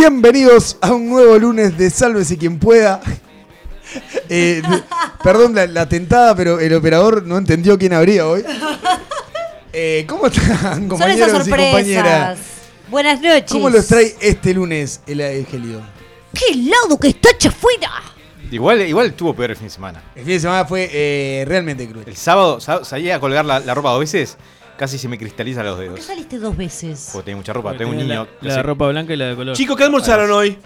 Bienvenidos a un nuevo lunes de Sálvese quien pueda. Perdón la tentada, pero el operador no entendió quién habría hoy. ¿Cómo están, compañeros y compañeras? Buenas noches. ¿Cómo los trae este lunes el Gelido? ¡Qué helado que está hecho afuera! Igual tuvo peor el fin de semana. El fin de semana fue realmente cruel. El sábado salí a colgar la ropa 2 veces, casi se me cristaliza los dedos. ¿Por qué saliste 2 veces? Porque tenía mucha ropa, tengo un niño. La ropa blanca y la de color. Chicos, ¿qué almorzaron hoy?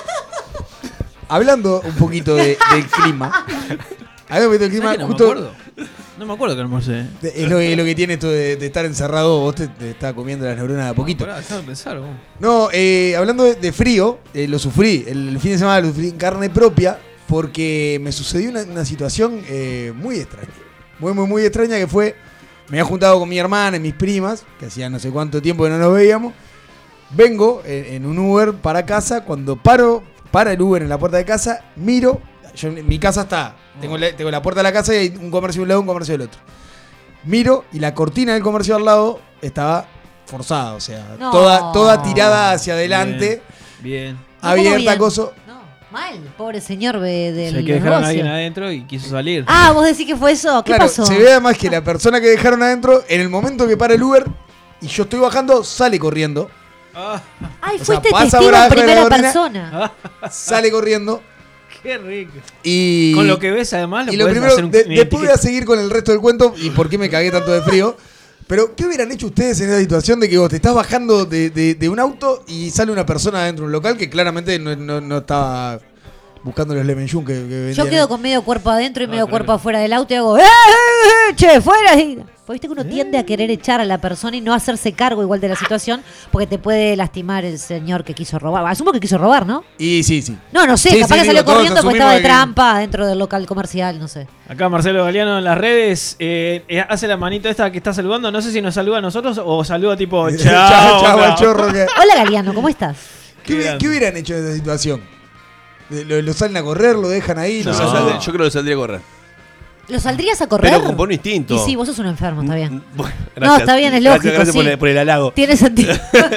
Hablando un poquito del clima. Hablando un poquito del clima, No justo. No me acuerdo que almorcé. Es lo que tiene esto de estar encerrado. Vos te estás comiendo las neuronas de a poquito. Déjame pensar. ¿Cómo? No, hablando de frío, lo sufrí. El fin de semana lo sufrí en carne propia porque me sucedió una situación muy extraña. Muy extraña que fue... Me había juntado con mi hermana y mis primas, que hacía no sé cuánto tiempo que no nos veíamos. Vengo en un Uber para casa. Cuando para el Uber en la puerta de casa, miro. Mi casa está... Tengo la puerta de la casa y hay un comercio de un lado y un comercio del otro. Miro y la cortina del comercio al lado estaba forzada, o sea, No. toda tirada hacia adelante, Bien. abierta, bien? coso. No, mal, pobre señor del Se que dejaron a negocio. alguien adentro y quiso salir. Ah, vos decís que fue eso. ¿Qué Claro, pasó? se ve además que la persona que dejaron adentro, en el momento que para el Uber y yo estoy bajando, sale corriendo. Ay, o sea, fuiste pasa testigo por en abajo de la primera cortina. persona. Sale corriendo. Qué rico. Y Con lo que ves además y lo podés primero, hacer un después voy a seguir con el resto del cuento y por qué me cagué tanto de frío. Pero, ¿qué hubieran hecho ustedes en esa situación de que vos te estás bajando de un auto y sale una persona dentro de un local que claramente no estaba buscando los lemon que vendían? Yo quedo con medio cuerpo adentro y medio claro. cuerpo afuera del auto y hago che, fuera. Porque viste que uno tiende a querer echar a la persona y no hacerse cargo igual de la situación porque te puede lastimar el señor que quiso robar. Asumo que quiso robar, ¿no? Y sí. No sé, Sí, capaz sí, que digo, salió todos corriendo porque asumimos estaba de que- trampa dentro del local comercial, no sé. Acá Marcelo Galeano en las redes hace la manito esta que está saludando. No sé si nos saluda a nosotros o saluda tipo chao. Chao, no. al chorro. Hola Galeano, ¿cómo estás? ¿Qué hubieran hecho en esa situación? ¿Lo salen a correr? ¿Lo dejan ahí? No, ¿Lo sacan? yo creo que saldría a correr. ¿Lo saldrías a correr? Pero con buen instinto. Y sí, vos sos un enfermo, está bien. Bueno, No, está bien, es lógico, Gracias sí. por el halago. Tiene sentido.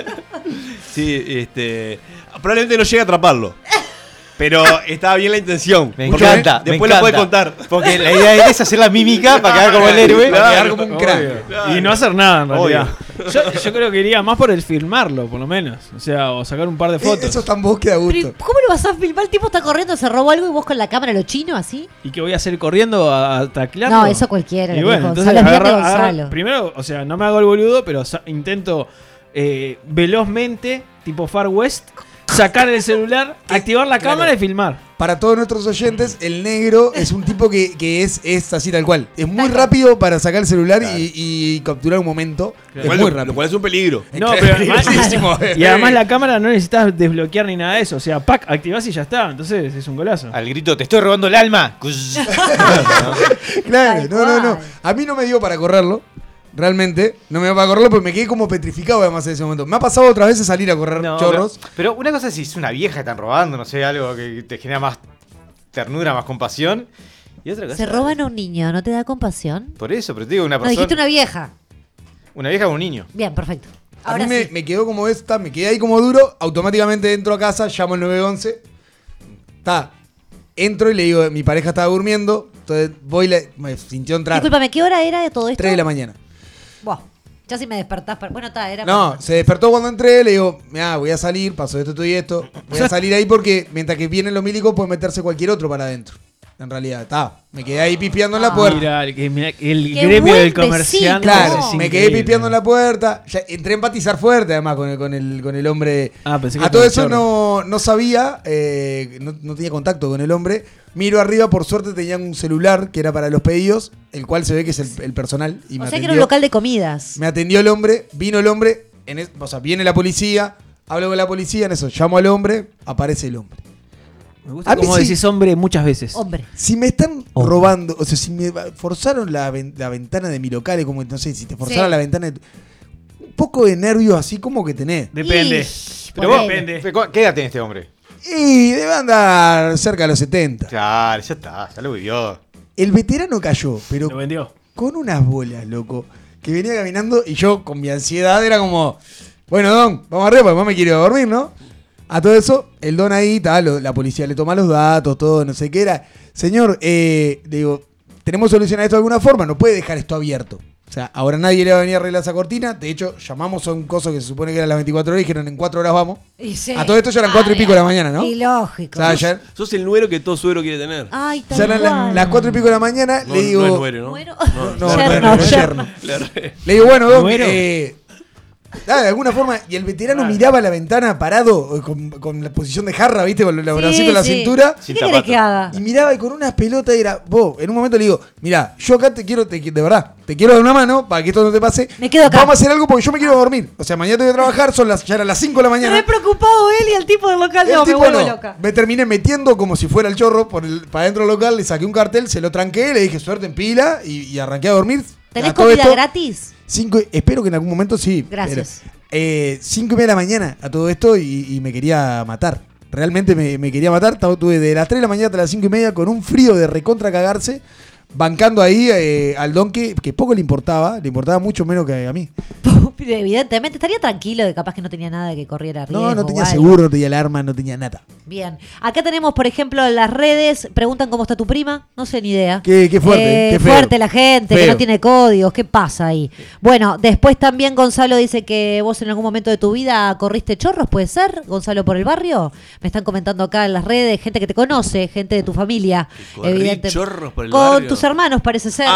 Sí, probablemente no llegue a atraparlo. Pero estaba bien la intención. Me Porque encanta. Después me lo puede encanta. contar. Porque la idea es hacer la mímica para quedar como el héroe. Para quedar como un crack. Y no hacer nada en realidad. Obvio. Yo creo que iría más por el filmarlo, por lo menos. O sea, o sacar un par de fotos. Eso tan vos que da Pero, gusto. ¿cómo lo vas a filmar? El tipo está corriendo, se robó algo y vos con la cámara lo chino así. ¿Y qué voy a hacer corriendo a taclearlo? No, eso cualquiera. Y le bueno, dijo. entonces Gonzalo, es bien de agarra- Gonzalo. primero, o sea, no me hago el boludo, pero intento velozmente, tipo Far West, sacar el celular, activar la Claro. cámara y filmar. Para todos nuestros oyentes, el negro es un tipo que es así tal cual. Es muy Tal cual. rápido para sacar el celular Claro. y capturar un momento. Claro. Es muy rápido. Lo cual es un peligro. No, pero además, Peligrosísimo. y además la cámara no necesitas desbloquear ni nada de eso. O sea, pack, activás y ya está. Entonces es un golazo. Al grito, te estoy robando el alma. Claro, Tal no. cual. A mí no me dio para correrlo. Realmente, no me dio para correrlo porque me quedé como petrificado además en ese momento. Me ha pasado otras veces salir a correr No, chorros. pero una cosa es si es una vieja que están robando, no sé, algo que te genera más ternura, más compasión. Y otra cosa. Se roban a un niño, ¿no te da compasión? Por eso, pero te digo, una No, persona. dijiste una vieja. Una vieja o un niño. Bien, perfecto. A Ahora mí sí. me quedó como esta, me quedé ahí como duro. Automáticamente entro a casa, llamo al 911. Entro y le digo, mi pareja estaba durmiendo. Entonces me sintió entrar. Discúlpame, ¿qué hora era de todo esto? 3 de la mañana. Buah, ya si me despertás. Bueno, era. No, se despertó cuando entré, le digo, mira, voy a salir, pasó esto y esto. Voy a salir ahí porque mientras que vienen los milicos puede meterse cualquier otro para adentro. En realidad, me quedé ahí pispeando en la puerta. Mira, el Qué gremio buen del comerciante. Claro, es me quedé increíble. pispeando en la puerta. Ya entré a empatizar fuerte además con el hombre. Ah, pensé que A todo con el eso chorro. no sabía, no tenía contacto con el hombre. Miro arriba, por suerte tenían un celular que era para los pedidos, el cual se ve que es el personal. Y O me sea que era atendió. un local de comidas. Me atendió el hombre, vino el hombre, o sea, viene la policía, hablo con la policía, en eso llamo al hombre, aparece el hombre. Me gusta A mí como sí. decís hombre muchas veces. Hombre. Si me están Hombre. robando, o sea, si me forzaron la ventana de mi local, como no sé, si te forzaran Sí. la ventana de un poco de nervios así como que tenés. Depende. Y- Pero vos, Depende. ¿qué edad tiene este hombre? Y debe andar cerca de los 70. Claro, ya está, ya lo vivió. El veterano cayó, pero Lo vendió. con unas bolas, loco, que venía caminando y yo con mi ansiedad era como, bueno, Don, vamos arriba, porque mamá me quiere dormir, ¿no? A todo eso, el don ahí, la policía le toma los datos, todo, no sé qué era. Señor, le digo, tenemos que solucionar esto de alguna forma, no puede dejar esto abierto. O sea, ahora nadie le va a venir a arreglar esa cortina. De hecho, llamamos a un coso que se supone que era las 24 horas y dijeron en 4 horas vamos. Y sí. A todo esto ya eran 4 y pico de la mañana, ¿no? Y lógico. O sea, ya, Sos el nuero que todo suegro quiere tener. Ay, tal ya eran cual. las 4 y pico de la mañana, No, le digo... no es nuero, ¿no? Bueno. No, Yerno, yerno. yerno. Le digo, bueno, Doc, Bueno. de alguna forma, y el veterano miraba la ventana parado con la posición de jarra, ¿viste? Con los bracitos en la cintura. ¿Qué Sin querés zapato. que haga? Y miraba y con unas pelotas era, vos, en un momento le digo, mirá, yo acá de verdad, te quiero dar una mano para que esto no te pase. Me quedo acá. Vamos a hacer algo porque yo me quiero dormir. O sea, mañana tengo que trabajar, ya eran las 5 de la Me mañana. he preocupado él y el tipo del local. El No, me tipo vuelvo no. loca. Me terminé metiendo como si fuera el chorro para adentro del local, le saqué un cartel, se lo tranqué, le dije suerte en pila y arranqué a dormir. ¿Tenés A todo comida esto, gratis? espero que en algún momento sí. Gracias. 5:30 de la mañana a todo esto y me quería matar. Realmente me quería matar. Tuve de las 3 de la mañana hasta las 5:30 con un frío de recontra cagarse, bancando ahí al don que poco le importaba mucho menos que a mí. Evidentemente, estaría tranquilo de capaz que no tenía nada que corriera riesgo. No tenía o algo. seguro, no tenía alarma, no tenía nada. Bien. Acá tenemos, por ejemplo, las redes. Preguntan cómo está tu prima. No sé ni idea. Qué fuerte, qué feo. Fuerte la gente, que Feo. no tiene códigos. ¿Qué pasa ahí? Bueno, después también Gonzalo dice que vos en algún momento de tu vida corriste chorros, ¿puede ser? Gonzalo, por el barrio. Me están comentando acá en las redes, gente que te conoce, gente de tu familia. Que corrí evidente. chorros por el Con barrio. tus hermanos, parece ser.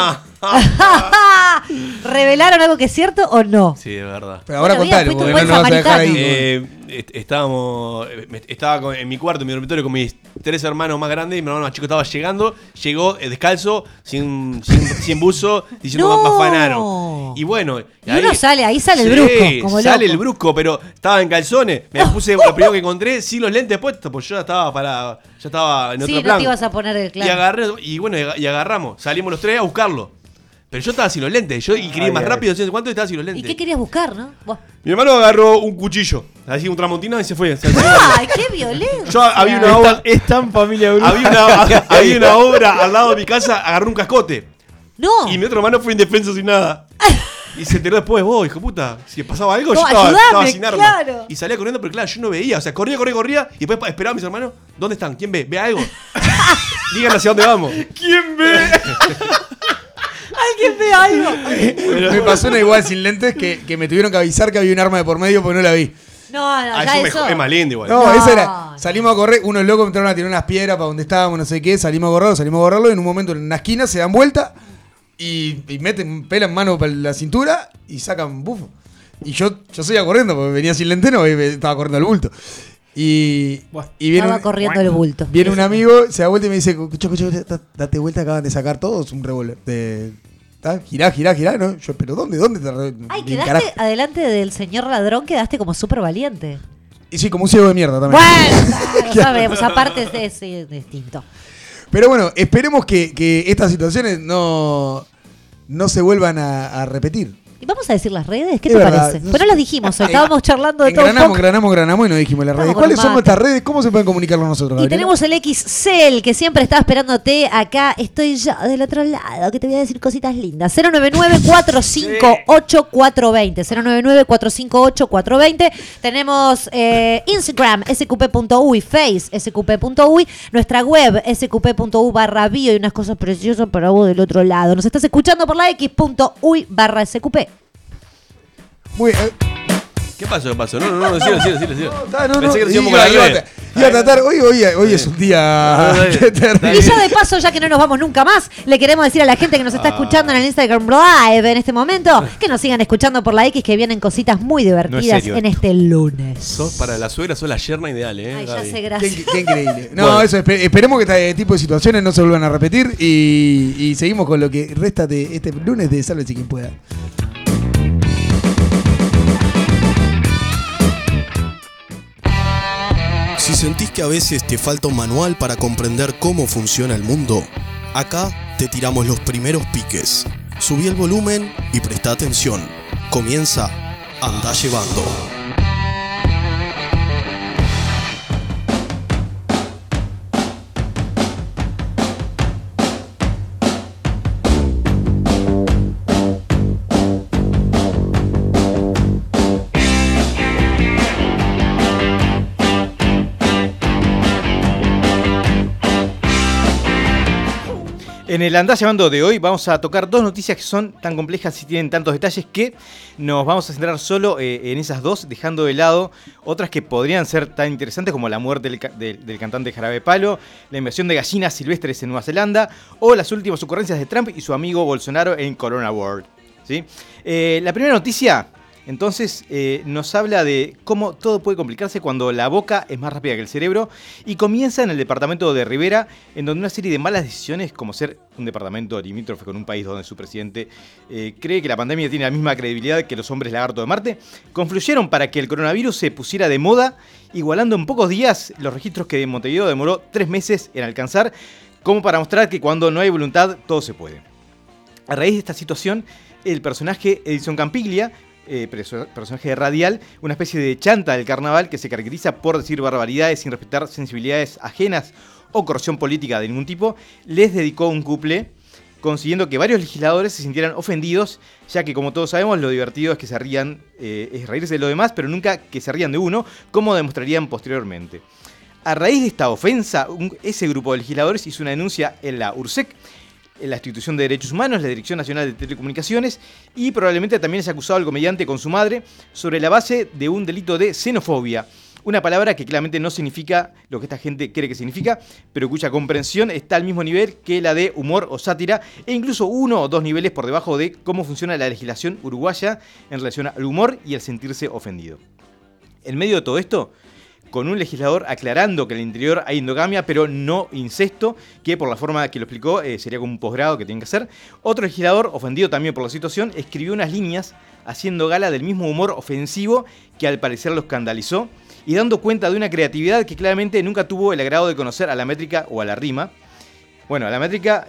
Ah. ¿Revelaron algo que es cierto o no? Sí, es verdad. Pero ahora Bueno, contale, bien, porque fuiste no un nos vas a buen dejar ahí. samaritano. Estaba en mi cuarto, en mi dormitorio, con mis 3 hermanos más grandes y mi hermano más chico estaba llegando. Llegó descalzo, sin buzo, diciendo No. más fanaro. Y bueno. Y uno sale, ahí sale el brusco, como sale loco. el brusco, pero estaba en calzones. Me puse lo primero que encontré, sin los lentes puestos, pues yo ya estaba en otro Sí, no plan. te ibas a poner el Y claro. agarré, y agarramos. Salimos los 3 a buscarlo. Pero yo estaba sin los lentes. Yo quería ir más rápido, no sé cuánto, y estaba sin los ¿Y lentes. qué querías buscar, no? Buah. Mi hermano agarró un cuchillo, así un tramontina y se fue. ¡Ay, qué violento! Yo había una obra, Es tan familia bruja. había una obra al lado de mi casa, agarró un cascote. No. Y mi otro hermano fue indefenso sin nada. Y se enteró después, vos, hijo de puta. Si pasaba algo, No, yo estaba ayudame, sin arma. claro. Y salía corriendo, pero claro, yo no veía. O sea, corría. Y después esperaba a mis hermanos. ¿Dónde están? ¿Quién ve? ¿Ve algo? Díganle hacia dónde vamos. ¿Quién ve? ¿Alguien ve algo? Me pasó una igual sin lentes que me tuvieron que avisar que había un arma de por medio porque no la vi. No, Ah, ya eso eso. es más lindo igual. No, No. esa era. Salimos a correr, unos locos entraron a tirar unas piedras para donde estábamos, no sé qué. Salimos a correrlo y en un momento en una esquina se dan vuelta y meten pelan mano para la cintura y sacan bufo. Y yo seguía corriendo porque venía sin lente, no, y estaba corriendo al bulto. Y viene Estaba corriendo el bulto. Viene un amigo, se da vuelta y me dice, escucha, date vuelta, acaban de sacar todos un revólver. Girá, ¿no? Yo, pero ¿dónde? Ay, Bien, quedaste carajo. adelante del señor ladrón, quedaste como súper valiente. Y sí, como un ciego de mierda también. Bueno, lo sabemos, aparte es distinto. Pero bueno, esperemos que estas situaciones no se vuelvan a repetir. ¿Y vamos a decir las redes? ¿Qué Es te verdad, parece? no Pero sé. las dijimos, hoy estábamos charlando de todo un poco. Granamos y no dijimos las redes. Estamos ¿Cuáles con son mate. nuestras redes? ¿Cómo se pueden comunicar con nosotros, Y Gabriela? tenemos el XCEL, que siempre estaba esperándote acá. Estoy yo del otro lado, que te voy a decir cositas lindas. 099-458-420. 099-458-420. Tenemos Instagram, sqp.uy, Face, sqp.uy, nuestra web, sqp.u/bio y unas cosas preciosas para vos del otro lado. Nos estás escuchando por la x.uy/sqp. Muy, ¿Qué pasó? No, decilo. no, Pensé que lo hacíamos iba, con la red. iba a tratar, hoy es un día terrible. Y ya de paso, ya que no nos vamos nunca más, le queremos decir a la gente que nos está escuchando en el Instagram Live en este momento, que nos sigan escuchando por la X, que vienen cositas muy divertidas serio en este lunes. Sos para la suegra, sos la yerna ideal, Ay, ya Gaby? sé, gracias. Qué increíble. No, Bueno. eso, esperemos que este tipo de situaciones no se vuelvan a repetir y seguimos con lo que resta de este lunes de Sálvese quien pueda. Si sentís que a veces te falta un manual para comprender cómo funciona el mundo, acá te tiramos los primeros piques. Subí el volumen y presta atención. Comienza Andá Llevando. En el Andá Llamando de hoy vamos a tocar dos noticias que son tan complejas y tienen tantos detalles que nos vamos a centrar solo en esas dos, dejando de lado otras que podrían ser tan interesantes como la muerte del cantante Jarabe Palo, la invasión de gallinas silvestres en Nueva Zelanda o las últimas ocurrencias de Trump y su amigo Bolsonaro en Corona World. ¿Sí? La primera noticia, entonces, nos habla de cómo todo puede complicarse cuando la boca es más rápida que el cerebro y comienza en el departamento de Rivera, en donde una serie de malas decisiones, como ser un departamento limítrofe con un país donde su presidente cree que la pandemia tiene la misma credibilidad que los hombres lagarto de Marte, confluyeron para que el coronavirus se pusiera de moda, igualando en pocos días los registros que Montevideo demoró 3 meses en alcanzar, como para mostrar que cuando no hay voluntad, todo se puede. A raíz de esta situación, el personaje Edison Campiglia, personaje de Radial, una especie de chanta del carnaval que se caracteriza por decir barbaridades sin respetar sensibilidades ajenas o corrupción política de ningún tipo, les dedicó un cuplé, consiguiendo que varios legisladores se sintieran ofendidos, ya que como todos sabemos lo divertido es que se rían, es reírse de lo demás, pero nunca que se rían de uno, como demostrarían posteriormente. A raíz de esta ofensa, ese grupo de legisladores hizo una denuncia en la URSEC, en la Institución de Derechos Humanos, la Dirección Nacional de Telecomunicaciones, y probablemente también es acusado al comediante con su madre sobre la base de un delito de xenofobia. Una palabra que claramente no significa lo que esta gente cree que significa, pero cuya comprensión está al mismo nivel que la de humor o sátira, e incluso 1 o 2 niveles por debajo de cómo funciona la legislación uruguaya en relación al humor y el sentirse ofendido. En medio de todo esto, con un legislador aclarando que en el interior hay endogamia, pero no incesto, que por la forma que lo explicó sería como un posgrado que tienen que hacer. Otro legislador, ofendido también por la situación, escribió unas líneas haciendo gala del mismo humor ofensivo que al parecer lo escandalizó y dando cuenta de una creatividad que claramente nunca tuvo el agrado de conocer a la métrica o a la rima. Bueno, a la métrica,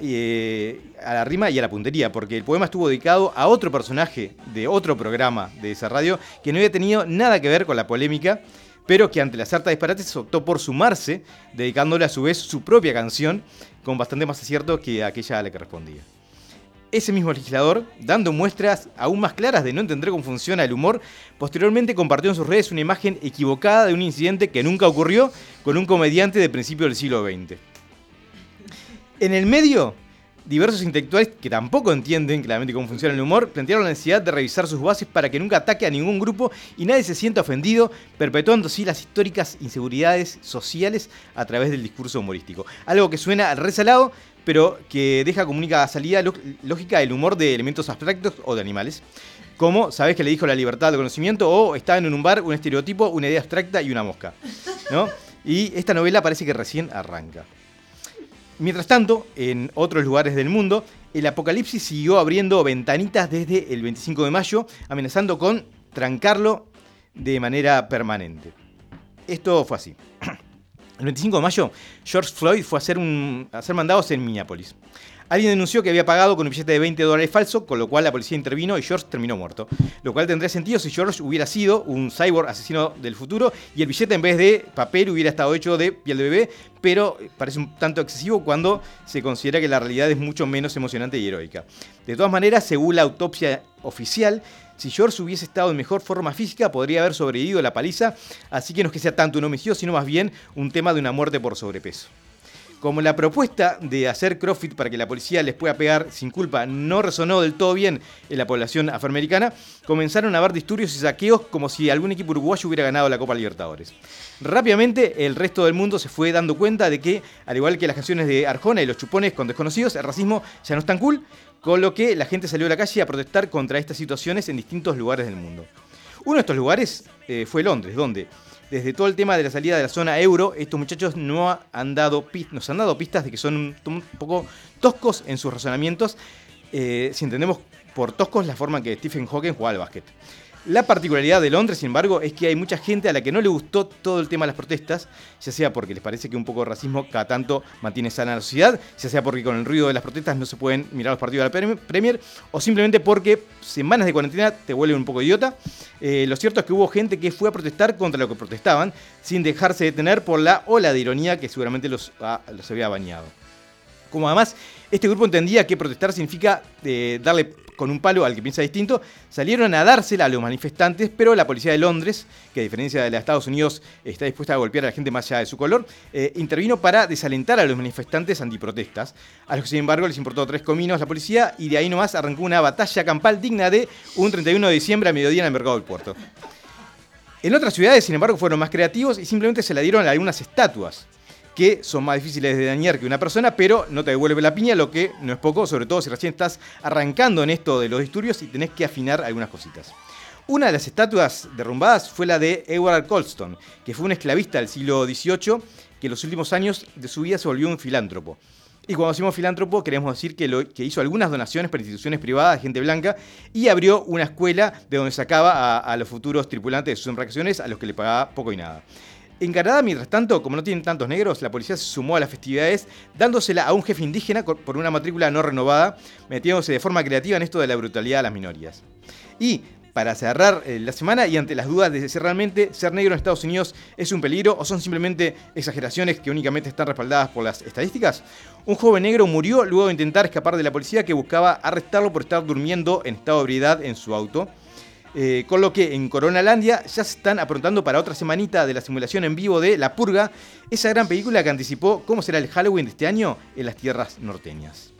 a la rima y a la puntería, porque el poema estuvo dedicado a otro personaje de otro programa de esa radio que no había tenido nada que ver con la polémica, pero que ante la sarta de disparates optó por sumarse, dedicándole a su vez su propia canción, con bastante más acierto que aquella a la que respondía. Ese mismo legislador, dando muestras aún más claras de no entender cómo funciona el humor, posteriormente compartió en sus redes una imagen equivocada de un incidente que nunca ocurrió con un comediante de principios del siglo XX. En el medio, diversos intelectuales que tampoco entienden claramente cómo funciona el humor plantearon la necesidad de revisar sus bases para que nunca ataque a ningún grupo y nadie se sienta ofendido, perpetuando así las históricas inseguridades sociales a través del discurso humorístico. Algo que suena resalado, pero que deja como única salida lógica el humor de elementos abstractos o de animales. Como, ¿sabés que le dijo la libertad de conocimiento? O está en un bar, un estereotipo, una idea abstracta y una mosca, ¿no? Y esta novela parece que recién arranca. Mientras tanto, en otros lugares del mundo, el apocalipsis siguió abriendo ventanitas desde el 25 de mayo, amenazando con trancarlo de manera permanente. Esto fue así. El 25 de mayo, George Floyd fue a hacer mandados en Minneapolis. Alguien denunció que había pagado con un billete de $20 falso, con lo cual la policía intervino y George terminó muerto. Lo cual tendría sentido si George hubiera sido un cyborg asesino del futuro y el billete en vez de papel hubiera estado hecho de piel de bebé, pero parece un tanto excesivo cuando se considera que la realidad es mucho menos emocionante y heroica. De todas maneras, según la autopsia oficial, si George hubiese estado en mejor forma física, podría haber sobrevivido a la paliza, así que no es que sea tanto un homicidio, sino más bien un tema de una muerte por sobrepeso. Como la propuesta de hacer CrossFit para que la policía les pueda pegar sin culpa no resonó del todo bien en la población afroamericana, comenzaron a haber disturbios y saqueos como si algún equipo uruguayo hubiera ganado la Copa Libertadores. Rápidamente, el resto del mundo se fue dando cuenta de que, al igual que las canciones de Arjona y los chupones con desconocidos, el racismo ya no es tan cool, con lo que la gente salió a la calle a protestar contra estas situaciones en distintos lugares del mundo. Uno de estos lugares fue Londres, donde desde todo el tema de la salida de la zona euro, estos muchachos nos han dado pistas de que son un poco toscos en sus razonamientos, si entendemos por toscos la forma en que Stephen Hawking jugaba al básquet. La particularidad de Londres, sin embargo, es que hay mucha gente a la que no le gustó todo el tema de las protestas, ya sea porque les parece que un poco de racismo cada tanto mantiene sana la sociedad, ya sea porque con el ruido de las protestas no se pueden mirar los partidos de la Premier, o simplemente porque semanas de cuarentena te vuelven un poco idiota. Lo cierto es que hubo gente que fue a protestar contra lo que protestaban, sin dejarse detener por la ola de ironía que seguramente los había bañado. Como además, este grupo entendía que protestar significa darle con un palo al que piensa distinto, salieron a dársela a los manifestantes, pero la policía de Londres, que a diferencia de la de Estados Unidos está dispuesta a golpear a la gente más allá de su color, intervino para desalentar a los manifestantes antiprotestas, a los que sin embargo les importó 3 cominos la policía y de ahí nomás arrancó una batalla campal digna de un 31 de diciembre a mediodía en el mercado del puerto. En otras ciudades, sin embargo, fueron más creativos y simplemente se le dieron algunas estatuas, que son más difíciles de dañar que una persona, pero no te devuelve la piña, lo que no es poco, sobre todo si recién estás arrancando en esto de los disturbios y tenés que afinar algunas cositas. Una de las estatuas derrumbadas fue la de Edward Colston, que fue un esclavista del siglo XVIII, que en los últimos años de su vida se volvió un filántropo. Y cuando decimos filántropo, queremos decir que hizo algunas donaciones para instituciones privadas de gente blanca y abrió una escuela de donde sacaba a los futuros tripulantes de sus embarcaciones, a los que le pagaba poco y nada. En Canadá, mientras tanto, como no tienen tantos negros, la policía se sumó a las festividades dándosela a un jefe indígena por una matrícula no renovada, metiéndose de forma creativa en esto de la brutalidad a las minorías. Y para cerrar la semana y ante las dudas de si realmente ser negro en Estados Unidos es un peligro o son simplemente exageraciones que únicamente están respaldadas por las estadísticas, un joven negro murió luego de intentar escapar de la policía que buscaba arrestarlo por estar durmiendo en estado de ebriedad en su auto. Con lo que en Coronalandia ya se están aprontando para otra semanita de la simulación en vivo de La Purga, esa gran película que anticipó cómo será el Halloween de este año en las tierras norteñas.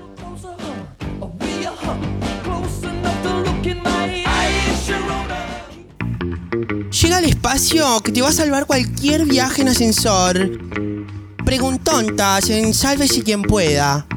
Llega al espacio que te va a salvar cualquier viaje en ascensor. Preguntontas en Sálvese quien pueda.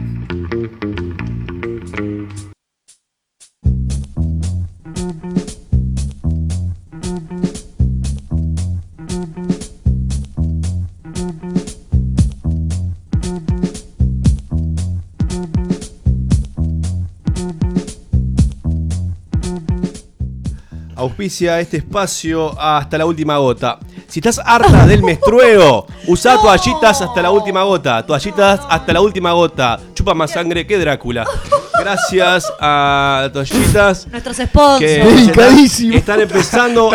Auspicia este espacio hasta la última gota. Si estás harta del menstrueo, usá toallitas hasta la última gota. Toallitas hasta la última gota. Chupa más sangre que Drácula. Gracias a toallitas. Nuestros sponsors. Que están empezando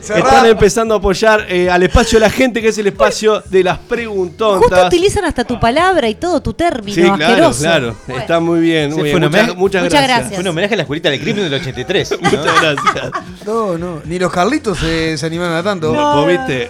a apoyar al espacio de la gente, que es el espacio de las preguntontas. Justo utilizan hasta tu palabra y todo, tu término. Sí, claro, asqueroso. claro. Bueno. Está muy bien. Sí, Muy fue bien. Muchas gracias. Fue un homenaje a la escuelita del crimen del 83. ¿no? Muchas gracias. No, ni los Carlitos se animaron a tanto. Vos viste,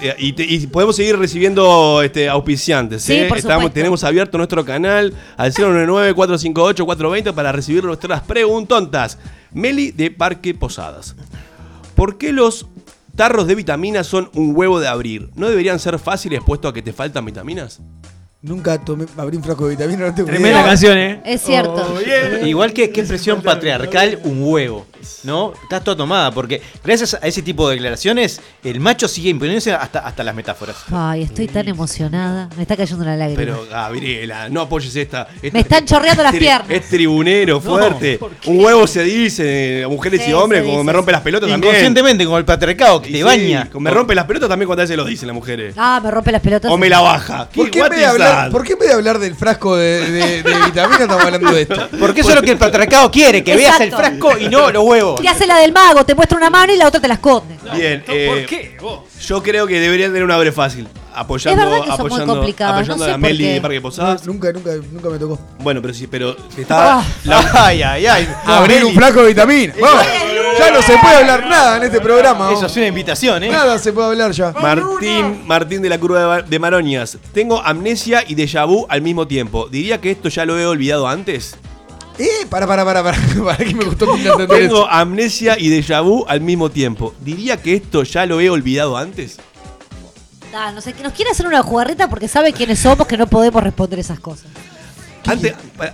y podemos seguir recibiendo auspiciantes. Sí, por supuesto. Tenemos abierto nuestro canal al 099-458-420 para recibir nuestras preguntontas. Meli de Parque Posadas. ¿Por qué los tarros de vitaminas son un huevo de abrir? ¿No deberían ser fáciles puesto a que te faltan vitaminas? Nunca abrí un frasco de vitamina, no tengo Tremenda idea. canción, ¿eh? Es cierto. Igual que qué expresión patriarcal, un huevo, ¿no? Está toda tomada, porque gracias a ese tipo de declaraciones, el macho sigue imponiéndose hasta las metáforas. Ay, estoy tan emocionada. Me está cayendo una lágrima. Pero, Gabriela, no apoyes esta. Me están chorreando las piernas. Es tribunero, fuerte. Un huevo se dice a mujeres Sí, y hombres, se como dice, me rompe sí. las pelotas también. Inconscientemente, como el patriarcado que Y te sí, baña. Me rompe las pelotas también cuando a veces lo dicen las mujeres. Ah, me rompe las pelotas. O me la baja. ¿Por qué, en vez de hablar del frasco de vitamina estamos hablando de esto? Porque eso es lo que el patriarcado quiere, que veas el Exacto. frasco y no los huevos. Te hace la del mago, te muestra una mano y la otra te la esconde. Bien, ¿Por qué? Vos? yo creo que deberían tener un abre fácil. Apoyando, Es verdad que son muy complicados, apoyando no sé a por Meli qué. de Parque Posadas. Nunca me tocó. Bueno, pero está Ay, ay, ay. Abrir un frasco de vitamina. Vamos, ya no se puede hablar nada en este programa. Eso es una invitación, ¿eh? Nada se puede hablar ya. Martín de la Curva de Maroñas. Tengo amnesia y déjà vu al mismo tiempo. Diría que esto ya lo he olvidado antes. Para que me gustó mucho entender Tengo eso. amnesia y déjà vu al mismo tiempo. Diría que esto ya lo he olvidado antes. No sé, que nos quiere hacer una jugarreta porque sabe quiénes somos que no podemos responder esas cosas. Antes,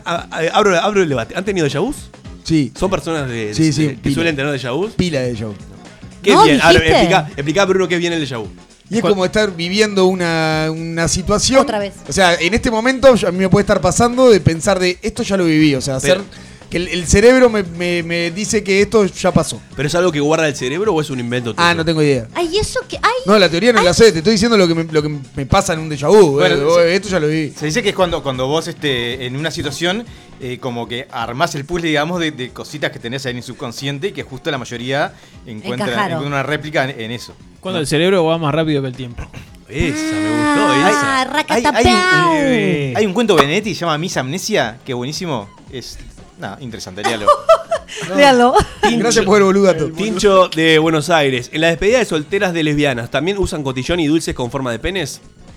abro el debate. ¿Han tenido déjà vus? Sí, ¿Son personas Sí, que pila. suelen tener déjà vus? pila de show. ¿Qué No, bien? Ahora, ¿dijiste? explica Bruno qué es bien el déjà vu. Y es como estar viviendo una situación. Otra vez. O sea, en este momento a mí me puede estar pasando de pensar de esto ya lo viví. O sea, Pero- que el cerebro me dice que esto ya pasó. ¿Pero es algo que guarda el cerebro o es un invento tuyo? No tengo idea. Ay, eso que. Ay, No, la teoría no la sé, te estoy diciendo lo que me pasa en un déjà vu. Bueno, Esto ya lo viví. Se dice que es cuando vos en una situación como que armás el puzzle, digamos, de cositas que tenés ahí en el subconsciente y que justo la mayoría encuentra una réplica en eso. Cuando el cerebro va más rápido que el tiempo. Esa, me gustó, esa. racatapau. Hay un cuento Benedetti que se llama Miss Amnesia, que buenísimo. Es No, interesante, léalo. Léalo. Gracias por el boludato. Tincho de Buenos Aires. En la despedida de solteras de lesbianas, ¿también usan cotillón y dulces con forma de penes?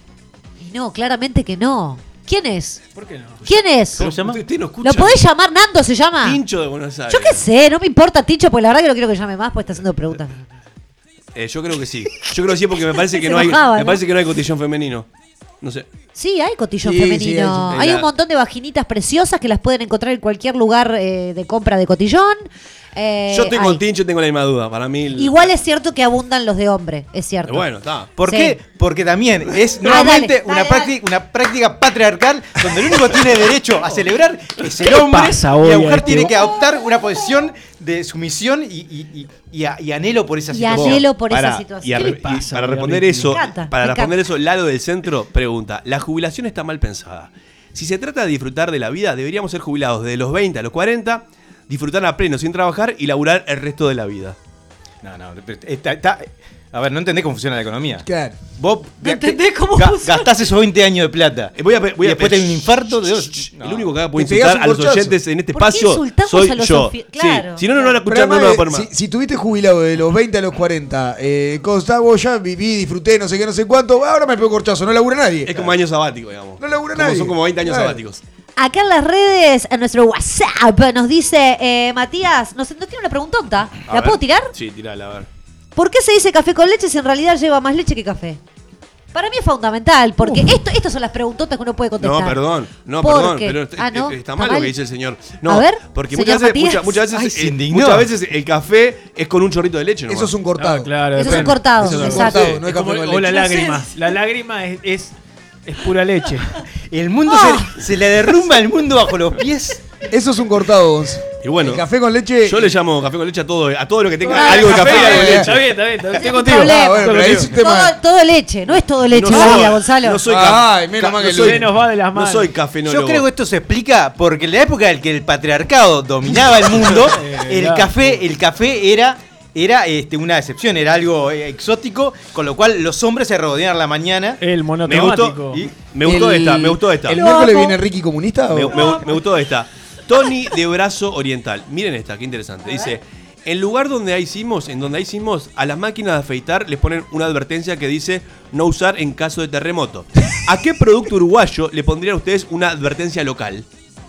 Y no, claramente que no. ¿Quién es? ¿Por qué no? ¿Quién es? ¿Cómo se llama? Usted no escucha. ¿Lo podés llamar Nando? ¿Se llama? Tincho de Buenos Aires. Yo qué sé, no me importa Tincho, pues la verdad que no quiero que llame más, porque está haciendo preguntas. Yo creo que sí. Yo creo que sí porque me parece que Se no hay. enojaba, Me ¿no? parece que no hay cotillón femenino. No sé. Sí, hay cotillón Sí, sí, femenino. hay. Hay La- un montón de vaginitas preciosas que las pueden encontrar en cualquier lugar de compra de cotillón. Yo estoy con hay. Tincho, tengo la misma duda. Para mí. Igual es cierto que abundan los de hombre, es cierto. Bueno, está. ¿Por Sí. qué? Porque también es nuevamente una práctica patriarcal donde el único que tiene derecho a celebrar es el hombre pasa y hoy la a mujer este tiene bo- que adoptar una posición de sumisión y anhelo por esa Y situación. anhelo por esa Para, situación. y ¿Qué le pasa, para Gabriel? responder Me eso, encanta, para me responder encanta. eso, Lalo del Centro pregunta: ¿la jubilación está mal pensada? Si se trata de disfrutar de la vida, deberíamos ser jubilados de los 20 a los 40, disfrutar a pleno sin trabajar y laburar el resto de la vida. No, pero a ver, no entendés cómo funciona la economía. Claro. Vos ¿No entendés cómo funciona? gastás esos 20 años de plata. Voy a y después tenés un infarto. El único que acá puede Te pegás insultar un a los corchazo. oyentes en este ¿Por qué espacio insultamos soy a los yo. claro, Sí. Si no, no lo van a Pero escuchar, no lo van a además, poner más. si tuviste jubilado de los 20 a los 40, vos ya viví, disfruté, no sé qué, no sé cuánto, ahora me pego corchazo, no labura nadie. Es como año sabático, digamos. No labura Como nadie. son como 20 años Claro. sabáticos. Acá en las redes, en nuestro WhatsApp, nos dice Matías, nos tiene una preguntota. A ¿La ver. puedo tirar? Sí, tirala, a ver. ¿Por qué se dice café con leche si en realidad lleva más leche que café? Para mí es fundamental, porque estas son las preguntotas que uno puede contestar. No, perdón, ¿Por perdón, qué? pero ¿no? está mal lo que dice el señor. No, A ver, porque señor Matías. muchas Ay, veces, se indignó. muchas veces el café es con un chorrito de leche, ¿no? Eso es un cortado. Ah, claro, Eso es un depende. cortado, Eso es un exacto. cortado, no es Es como- café con o la leche. lágrima. La lágrima es pura leche. El mundo se le derrumba el mundo bajo los pies. Eso es un cortado, Gonz. Y bueno, El café con leche. yo le llamo café con leche a todo lo que tenga Ah, algo de café y café, algo de leche. Está bien, estoy Ningún contigo. problema. Ah, bueno, pero ahí es un tema. Todo leche, no es todo leche No la soy- vida, Gonzalo. no soy Ay, menos mal que no soy- Se nos va de las manos. No soy cafenólogo. Yo creo que esto se explica porque en la época en que el patriarcado dominaba el mundo, el claro. café era una excepción, era algo exótico, con lo cual los hombres se rodeaban a la mañana. El me monotemático. gustó, me gustó esta. ¿El Lo miércoles amo. viene Ricky comunista? o? Me gustó esta. Tony de Brazo Oriental. Miren esta, qué interesante. Dice: en lugar donde hay sismos, a las máquinas de afeitar les ponen una advertencia que dice no usar en caso de terremoto. ¿A qué producto uruguayo le pondrían ustedes una advertencia local?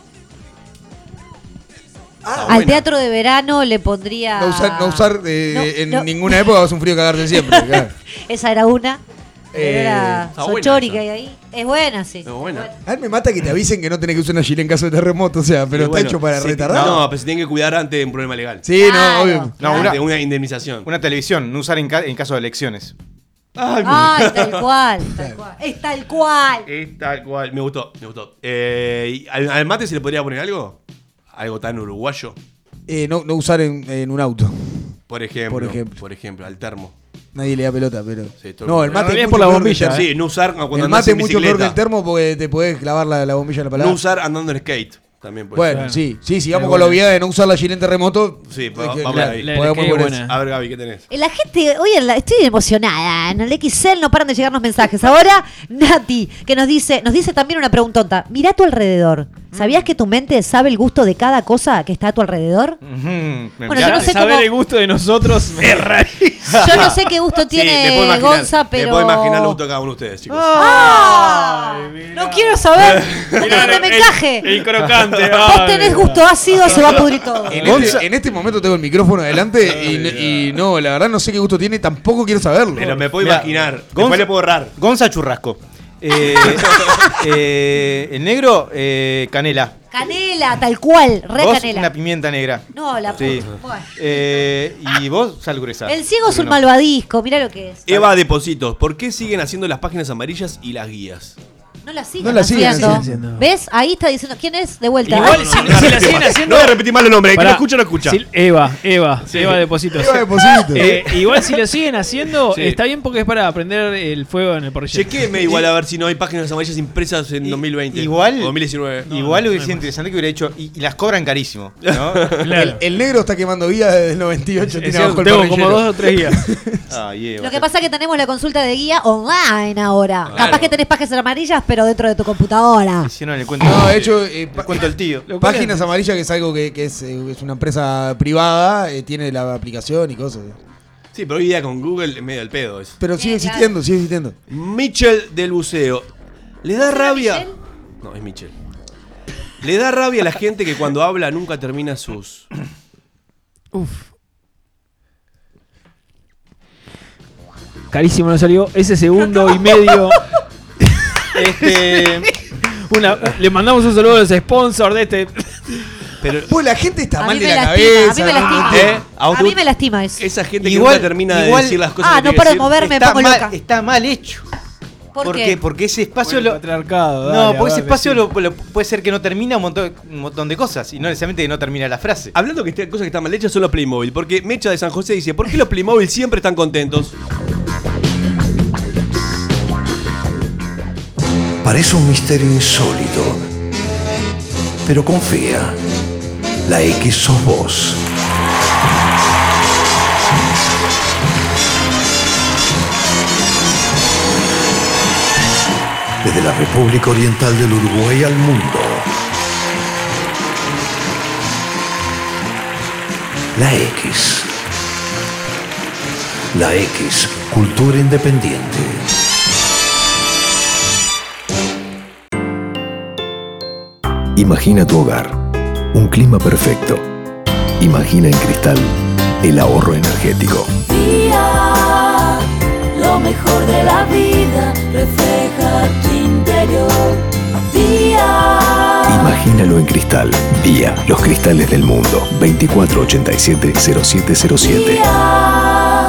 Al teatro de verano le pondría. No usar No, en no. ninguna época, vas a un frío cagarte siempre. Claro. Esa era una. Era está buena Sochori esa. que hay ahí. Es buena, sí. Es buena. A él me mata que te avisen que no tenés que usar una gilet en caso de terremoto, o sea, pero Y está bueno, hecho para sí, retardar. No, pero se tienen que cuidar ante un problema legal. Sí, Claro. no, obvio. No, Ante una indemnización. Una televisión, no usar en caso de elecciones. Ay, tal cual, tal cual. Es tal cual. Es tal cual. Me gustó. ¿Y al mate se le podría poner algo? Algo tan uruguayo. No usar en un auto. Por ejemplo. Por Por ejemplo, al termo. Nadie le da pelota, pero. Sí, todo No, el el mate mundo. es Es por mucho la peor que el bombilla, termo. Sí, no usar cuando El andás mate es en mucho peor que el bicicleta. termo porque te podés clavar la bombilla en la palabra. No usar andando en skate. También puede Bueno, ser. sí, sigamos Es con la buena. obviedad de no usar la gilet en terremoto. Sí, Hay que- vamos claro, ahí. La podemos skate poner buena. eso. A ver, Gaby, ¿qué tenés? La gente, hoy estoy emocionada. En el XL no paran de llegarnos mensajes. Ahora, Nati, que nos dice también una preguntota. Mirá a tu alrededor. ¿Sabías que tu mente sabe el gusto de cada cosa que está a tu alrededor? Me Bueno, yo no sé Saber cómo- el gusto de nosotros es rarísimo. Yo no sé qué gusto Sí, tiene me puedo imaginar. Gonza, pero. Me puedo imaginar lo gusto de cada uno de ustedes, chicos. ¡Ah! No quiero saber dónde me encaje. El crocante. Vos tenés gusto ácido, se va a pudrir todo. En este momento tengo el micrófono adelante y no, la verdad no sé qué gusto tiene, tampoco quiero saberlo. Pero me puedo Mirá, imaginar. Gonza- Después le puedo errar. Gonza Churrasco. El negro, canela. Canela, tal cual, re Vos, canela. una pimienta negra. No, la Sí. puta. Bueno. Y vos, sal gruesa. El ciego es un No. malvadisco, mirá lo que es. Eva Depositos, ¿por qué siguen haciendo las páginas amarillas y las guías? No la siguen No la siguen haciendo. haciendo. ¿Ves? Ahí está diciendo. ¿Quién es? De vuelta. Igual Ay, si la siguen haciendo. No voy a repetir mal los nombres, el que Pará. no escucha, no escucha. Sí, Eva Depositos. Eva Depositos. Igual si lo siguen haciendo, Sí. está bien porque es para prender el fuego en el porrillo. Chequéme igual a ver si no hay páginas amarillas impresas en 2020. igual- O 2019. Igual hubiese sido interesante que hubiera hecho. Y las cobran carísimo. ¿no? Claro. El negro está quemando guía desde el 98. Es tiene cierto, abajo el tengo como parrillero. 2 o 3 días. Ay, Eva. Lo que pasa es que tenemos la consulta de guía online ahora. Claro. Capaz que tenés páginas amarillas, pero pero dentro de tu computadora. Hicieron el cuento. No, de hecho, el cuento del tío. Páginas Amarillas, que es algo que es una empresa privada, tiene la aplicación y cosas. Sí, pero hoy día con Google es medio el pedo eso. Pero sigue existiendo, sigue existiendo. Mitchell del buceo. ¿Le da rabia? Michelle? No, es Mitchell. ¿Le da rabia a la gente que cuando habla nunca termina sus... Carísimo no salió. Ese segundo y medio. Le mandamos un saludo a los sponsors de este. Pero Pues la gente está A mal mí de me la lastima, cabeza. a mí me lastima. ¿Eh? A mí me lastima eso. esa gente que Igual- nunca termina igual- de decir las cosas Ah, que no tiene paro que de decir. moverme, me Está pongo mal, loca. está mal hecho. ¿Por qué? qué? Porque ese espacio El lo. patriarcado, No, dale, porque ese a ver, espacio decí. lo puede ser que no termina un montón de cosas y no necesariamente que no termina la frase. Hablando que cosas que están mal hechas son los Playmobil. Porque Mecha de San José dice, ¿por qué los Playmobil siempre están contentos? Parece un misterio insólito, pero confía, la X sos vos. Desde la República Oriental del Uruguay al mundo, la X. La X, cultura independiente. Imagina tu hogar, un clima perfecto. Imagina en Cristal el ahorro energético. Día, lo mejor de la vida refleja tu interior. Día, Imagínalo en Cristal. Día, los cristales del mundo. 2487-0707. día.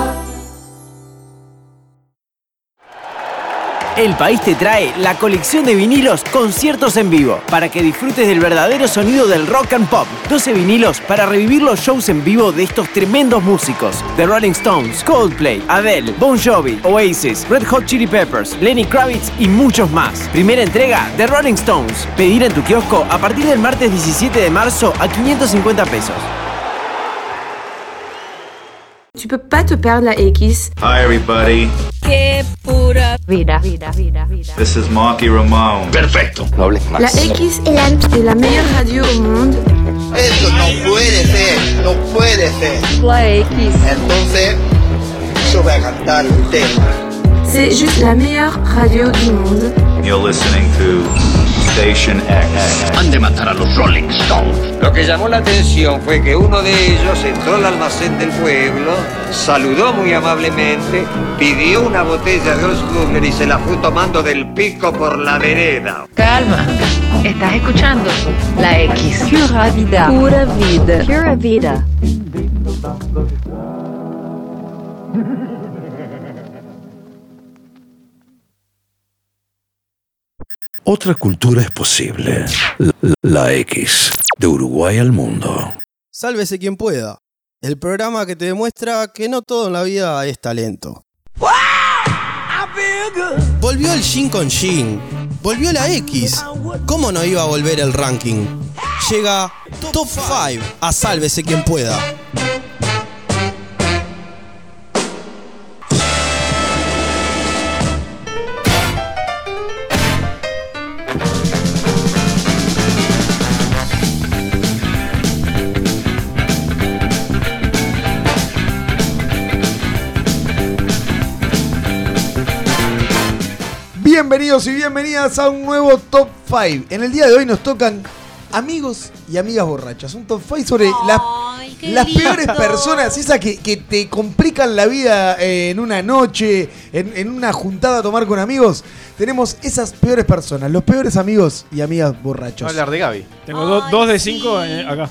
El País te trae la colección de vinilos Conciertos en Vivo, para que disfrutes del verdadero sonido del rock and pop. 12 vinilos para revivir los shows en vivo de estos tremendos músicos: The Rolling Stones, Coldplay, Adele, Bon Jovi, Oasis, Red Hot Chili Peppers, Lenny Kravitz y muchos más. Primera entrega, The Rolling Stones. Pedir en tu kiosco a partir del martes 17 de marzo a 550 pesos. Tu peux pas te perdre la X. Hi everybody, Qué pura vida. this is Marky Ramone. Perfecto. No hables más. La X est la meilleure radio au monde. Eso no puede ser, no puede ser. La X. Entonces, yo voy a cantar un tema. C'est juste la meilleure radio du monde. You're listening to Station X. Han de matar a los Rolling Stones. Lo que llamó la atención fue que uno de ellos entró al almacén del pueblo, saludó muy amablemente, pidió una botella de Osgubler y se la fue tomando del pico por la vereda. Calma, estás escuchando la X. Pura vida. Pura vida. Pura vida. Otra cultura es posible. La X, de Uruguay al mundo. Sálvese quien pueda. El programa que te demuestra que no todo en la vida es talento. Volvió el Shin con Shin. Volvió la X. ¿Cómo no iba a volver el ranking? Llega Top 5 a Sálvese quien pueda. Bienvenidos y bienvenidas a un nuevo Top 5. En el día de hoy nos tocan amigos y amigas borrachas. Un Top 5 sobre las peores personas, esas que te complican la vida en una noche, en una juntada a tomar con amigos. Tenemos esas peores personas, los peores amigos y amigas borrachos. Vamos a hablar de Gaby. Tengo 2 de 5 acá.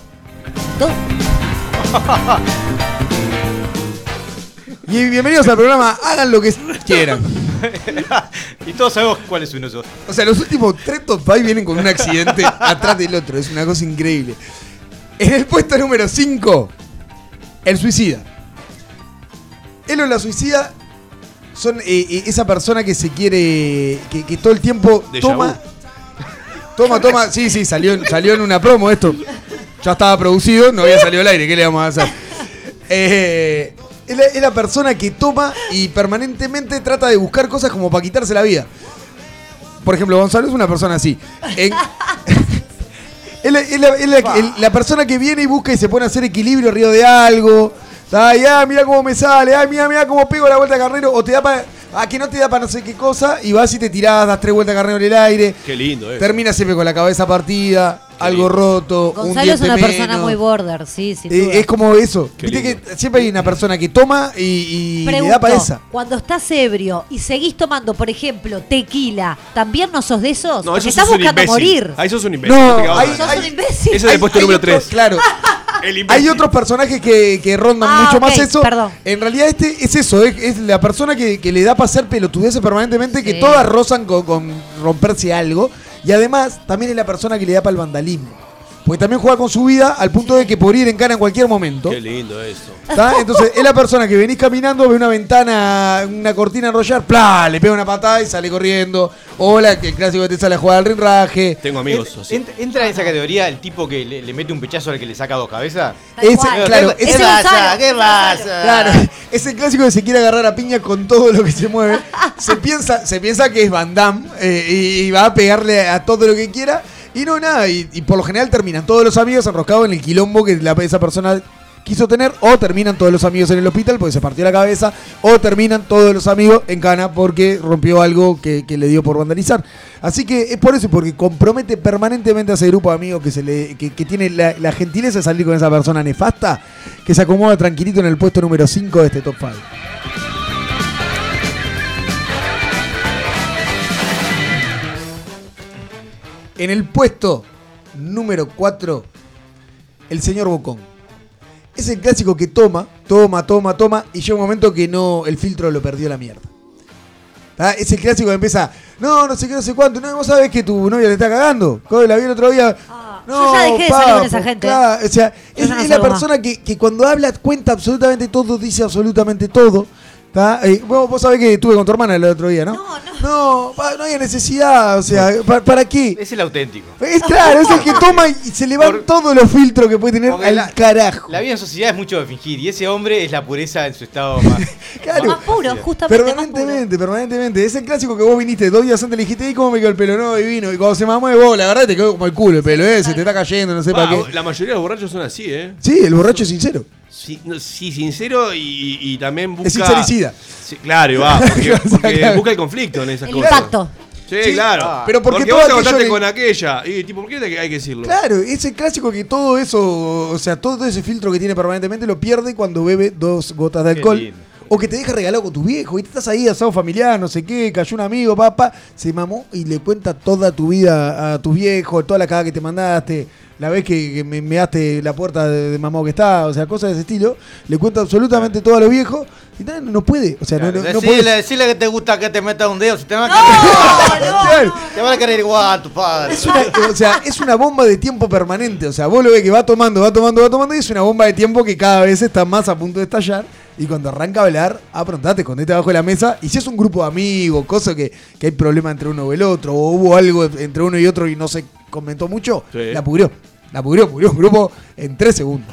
Y bienvenidos al programa Hagan lo que quieran. Y todos sabemos cuál es uno. O sea, los últimos 3 Top 5 vienen con un accidente atrás del otro. Es una cosa increíble. En el puesto número 5, el suicida. Él o la suicida son esa persona que se quiere. Que todo el tiempo toma. Sí, salió en una promo esto. Ya estaba producido, no había salido al aire. ¿Qué le vamos a hacer? Es la persona que toma y permanentemente trata de buscar cosas como para quitarse la vida. por ejemplo, Gonzalo es una persona así. La persona que viene y busca y se pone a hacer equilibrio arriba de algo. Ay, mira cómo me sale. Ay, mira cómo pego la vuelta de carnero. O te da para... que no te da para no sé qué cosa. Y vas y te tirás, das 3 vueltas de carnero en el aire. Qué lindo, Termina siempre con la cabeza partida. Algo roto. Gonzalo es una persona muy border, sí, sin duda. Es como eso. Qué Viste lindo. que siempre hay una persona que toma y le Pregunto, da para esa. cuando estás ebrio y seguís tomando, por ejemplo, tequila, ¿también no sos de esos? No, Porque eso estás sos un buscando imbécil. morir. Ahí sos un imbécil. No, te quedás hay- mal. Sos un imbécil. Eso es el puesto número 3. Claro. El imbécil. Hay otros personajes que rondan Ah, mucho ok, más eso. perdón. En realidad este es eso, es la persona que le da para hacer pelotudeces permanentemente, que Sí. todas rozan con romperse algo. Y además también es la persona que le da para el vandalismo. Porque también juega con su vida al punto de que podría ir en cana en cualquier momento. Qué lindo eso. ¿Tá? Entonces es la persona que venís caminando, ve una ventana, una cortina enrollar, ¡plá! Le pega una patada y sale corriendo. O el clásico que te sale a jugar al rinraje. Tengo amigos así. ¿Entra en esa categoría el tipo que le mete un pechazo al que le saca 2 cabezas? Claro, ¿Qué ese pasa? ¿Qué pasa? Claro, es el clásico que se quiere agarrar a piña con todo lo que se mueve. Se piensa que es Van Damme y va a pegarle a todo lo que quiera. Y no, nada, y por lo general terminan todos los amigos enroscados en el quilombo que esa persona quiso tener, o terminan todos los amigos en el hospital porque se partió la cabeza, o terminan todos los amigos en cana porque rompió algo que le dio por vandalizar. Así que es por eso, porque compromete permanentemente a ese grupo de amigos que tiene la gentileza de salir con esa persona nefasta, que se acomoda tranquilito en el puesto número 5 de este Top 5. En el puesto número 4, el señor Bocón. Es el clásico que toma, y llega un momento que el filtro lo perdió la mierda. ¿Tá? Es el clásico que empieza, no sé qué, no sé cuánto, no, vos sabés que tu novia te está cagando. La vi el otro día. Yo ya dejé de salir con esa gente. Claro, o sea, Yo es ya no la salgo persona que cuando habla cuenta absolutamente todo, dice absolutamente todo. ¿Tá? Vos sabés que estuve con tu hermana el otro día, ¿no? No hay necesidad, o sea, ¿para qué? Es el auténtico. Es claro, es el que toma y se le van todos los filtros que puede tener al carajo. La vida en sociedad es mucho de fingir y ese hombre es la pureza en su estado más, Claro. Más puro, justamente. Permanentemente. Es el clásico que vos viniste 2 días antes, le dijiste, ¿y cómo me quedó el pelo? No, divino. Y cuando se mamó de vos, la verdad te quedó como el culo el pelo, se te está cayendo, no sé para qué. La mayoría de los borrachos son así, ¿eh? Sí, el borracho es sincero. Sí, sincero y también busca... Es sincericida. Sí, claro, y va, porque Claro. busca el conflicto en esas El cosas. impacto. Sí, claro. Pero porque vos todo te aquello contaste que- con aquella. Y tipo, ¿por qué hay que decirlo? Claro, es el clásico que todo eso, o sea, todo ese filtro que tiene permanentemente lo pierde cuando bebe 2 gotas de Qué alcohol. lindo. O que te deja regalado con tu viejo y te estás ahí asado familiar, no sé qué, cayó un amigo, papá, se mamó y le cuenta toda tu vida a tus viejos, toda la cagada que te mandaste, la vez que me measte la puerta de mamá que está, o sea, cosas de ese estilo, le cuenta absolutamente todo a los viejos y no puede, o sea, no puede. Decirle que te gusta que te meta un dedo, si te van a Claro. te van a querer igual tu padre. Es una bomba de tiempo permanente. O sea, vos lo ves que va tomando y es una bomba de tiempo que cada vez está más a punto de estallar. Y cuando arranca a hablar, aprontate, escondete abajo de la mesa. Y si es un grupo de amigos, cosa que hay problema entre uno y el otro, o hubo algo entre uno y otro y no se comentó mucho, Sí. la pudrió un grupo en 3 segundos.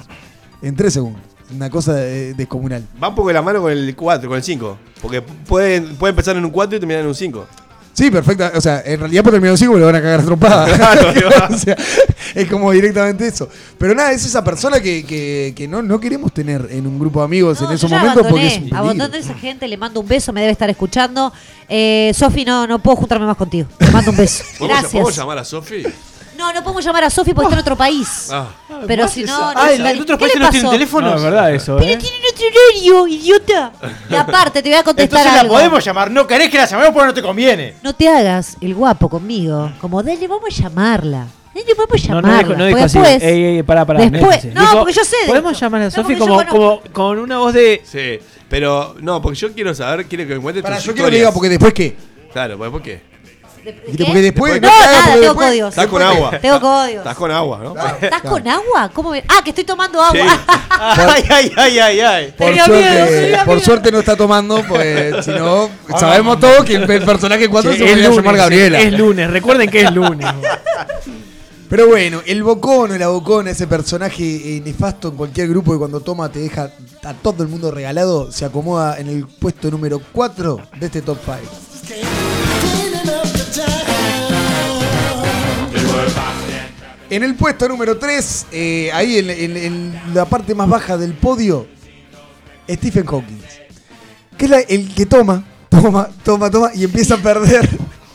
Una cosa descomunal. Va un poco de la mano con el 4, con el 5. Porque puede empezar en un 4 y terminar en un 5. Sí, perfecta. O sea, en realidad por terminar los 5 le van a cagar a trompada. Claro, O sea, es como directamente eso. Pero nada, es esa persona que no queremos tener en un grupo de amigos en esos Yo ya momentos porque es un peligro. abandoné a esa gente, le mando un beso, me debe estar escuchando. Sofi, no puedo juntarme más contigo. Te mando un beso. ¿Podemos Gracias. llamar a Sofi? No podemos llamar a Sofi porque está en otro país. Pero si no, ¿en otros países no tienen teléfonos? No, es verdad eso, Pero tienen otro horario, idiota. Y aparte, te voy a contestar Entonces la algo. podemos llamar, no querés que la llamemos porque no te conviene. No te hagas el guapo conmigo. Como, dale, vamos a llamarla. Dale, vamos a No, llamarla. no dijo Porque así. después, Ey, pará. después- dijo no, así. porque yo sé de Podemos esto. llamar a No, Sofi porque yo como con una voz de... Sí, pero no, porque yo quiero saber, quiero que me cuentes Pará, tus yo quiero que diga porque después qué. Claro, ¿por qué? Porque después No, te hagas, nada, porque tengo después- códigos. Estás con agua. Tengo códigos. Estás con agua, ¿no? ¿Estás con agua? ¿Cómo me... Ah, que estoy tomando agua. Ay. Por Tenía suerte, miedo, tenía por miedo. suerte no está tomando, pues si no, sabemos todos que el personaje 4 Sí, se es podría lunes, llamar Gabriela. Es lunes, recuerden que es lunes. Pero bueno, el bocón o la bocona, ese personaje nefasto en cualquier grupo que cuando toma te deja a todo el mundo regalado, se acomoda en el puesto número 4 de este top 5. En el puesto número 3, ahí en la parte más baja del podio, Stephen Hawking. Que es el que toma y empieza a perder.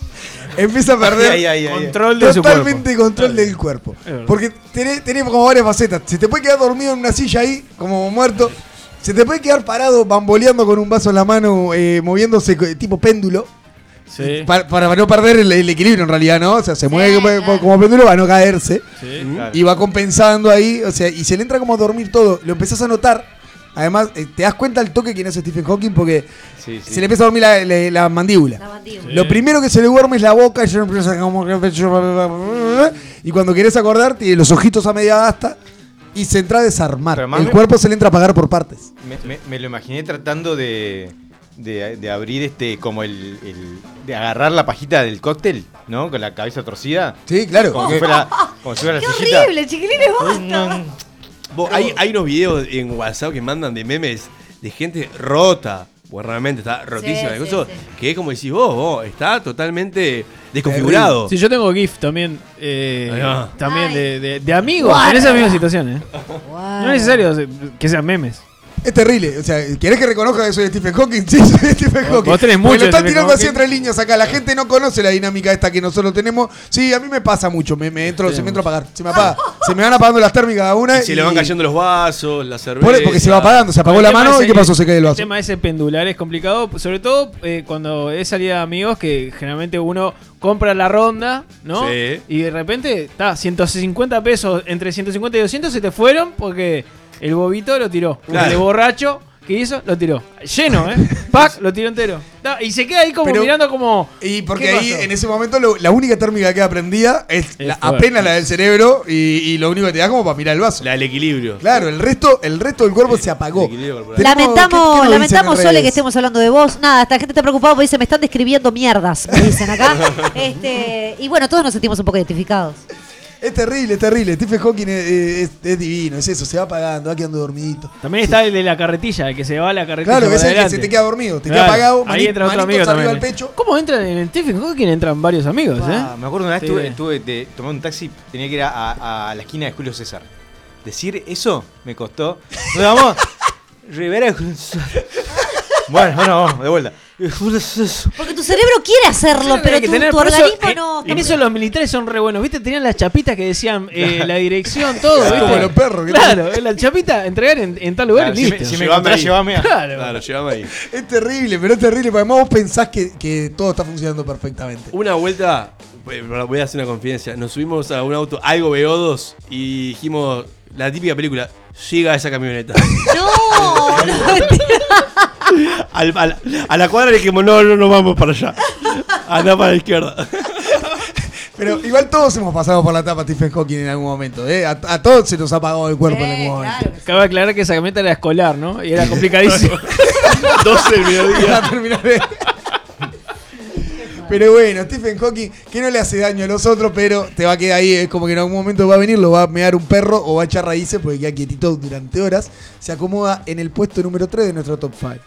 Control de su cuerpo. Totalmente control del cuerpo. Porque tenés como varias facetas. Se te puede quedar dormido en una silla ahí, como muerto. Se te puede quedar parado, bamboleando con un vaso en la mano, moviéndose tipo péndulo. Sí. Para no perder el equilibrio en realidad, ¿no? O sea, se mueve como péndulo para no caerse. Sí, claro. Y va compensando ahí. O sea, y se le entra como a dormir todo. Lo empezás a notar. Además, te das cuenta al toque quién es Stephen Hawking porque se le empieza a dormir la mandíbula. Sí. Lo primero que se le duerme es la boca y cuando querés acordar tiene los ojitos a media asta y se entra a desarmar. El cuerpo se le entra a apagar por partes. Me lo imaginé tratando de abrir como de agarrar la pajita del cóctel, ¿no? Con la cabeza torcida. Sí, claro. Como si fuera la ¡Qué sillita. horrible, chiquilines! ¡Basta! Hay unos videos en WhatsApp que mandan de memes de gente rota. Pues realmente está rotísima. Sí, que es como decís vos, está totalmente desconfigurado. Sí, yo tengo GIF también. También de amigos Guarda. en esa misma situación. No es necesario que sean memes. Es terrible. O sea, ¿querés que reconozca que soy Stephen Hawking? Sí, soy Stephen Hawking. Vos tenés Porque mucho lo están de Stephen tirando así Hawking. entre líneas acá. La gente no conoce la dinámica esta que nosotros tenemos. Sí, a mí me pasa mucho. Se me entro a apagar. Se me apaga. Se me van apagando las térmicas a una. Y se le van cayendo los vasos, la cerveza. Porque se va apagando. Se apagó El la tema mano ese- y ¿qué pasó? Se cae el El vaso. tema ese pendular es complicado, sobre todo cuando es salida de amigos que generalmente uno compra la ronda, ¿no? Sí. Y de repente, está, 150 pesos, entre 150 y 200 se te fueron porque el bobito lo tiró. Claro. El borracho que hizo, lo tiró. Lleno, Pac, lo tiró entero. Y se queda ahí como Pero- mirando como... Y porque ¿qué ahí pasó? en ese momento la única térmica que queda prendida es fuerte. apenas la del cerebro y lo único que te da como para mirar el vaso. La del equilibrio. Claro, el resto del cuerpo se apagó. Equilibrio corporal. Tenemos- ¿qué nos dicen Lamentamos, en Sole, redes? que estemos hablando de vos. Nada, esta gente está preocupada porque dice, me están describiendo mierdas, me dicen acá. Y bueno, todos nos sentimos un poco identificados. Es terrible, es terrible. Stephen Hawking es divino, es eso, se va apagando, va quedando dormidito. También está el de la carretilla, el que se va a la carretilla. Claro, para es el que adelante. se te queda dormido, te Claro, queda apagado, ahí entra otro amigo manitos arriba también. al pecho. ¿Cómo entran en el Stephen Hawking? Entran varios amigos, Me acuerdo una vez Sí. tomé un taxi, tenía que ir a la esquina de Julio César. Decir eso me costó. Nos vamos, Rivera. Bueno, vamos, de vuelta. Porque tu cerebro quiere hacerlo, Eso pero hay que tu, tener, tu por eso, organismo no... En eso los militares son re buenos. ¿Viste? Tenían las chapitas que decían la dirección, todo. ¿viste? Como los perros. que Claro, la chapita, entregar en tal lugar Claro, y si listo. me- si me encontrás, llévame a- Claro. Llévame ahí. Es terrible, pero es terrible, porque además vos pensás que todo está funcionando perfectamente. Una vuelta, voy a hacer una confidencia. Nos subimos a un auto algo VO2 y dijimos la típica película. Llega esa camioneta. No, A la cuadra le dijimos, no vamos para allá. Anda para la izquierda. Pero igual todos hemos pasado por la etapa Stephen Hawking en algún momento. A todos se nos ha apagado el cuerpo en algún momento. Cabe aclarar que esa camioneta era escolar, ¿no? Y era complicadísimo. 12 del mediodía. Va a terminar de- Pero bueno, Stephen Hawking, que no le hace daño a los otros, pero te va a quedar ahí. Es como que en algún momento va a venir, lo va a mear un perro o va a echar raíces porque queda quietito durante horas. Se acomoda en el puesto número 3 de nuestro top 5.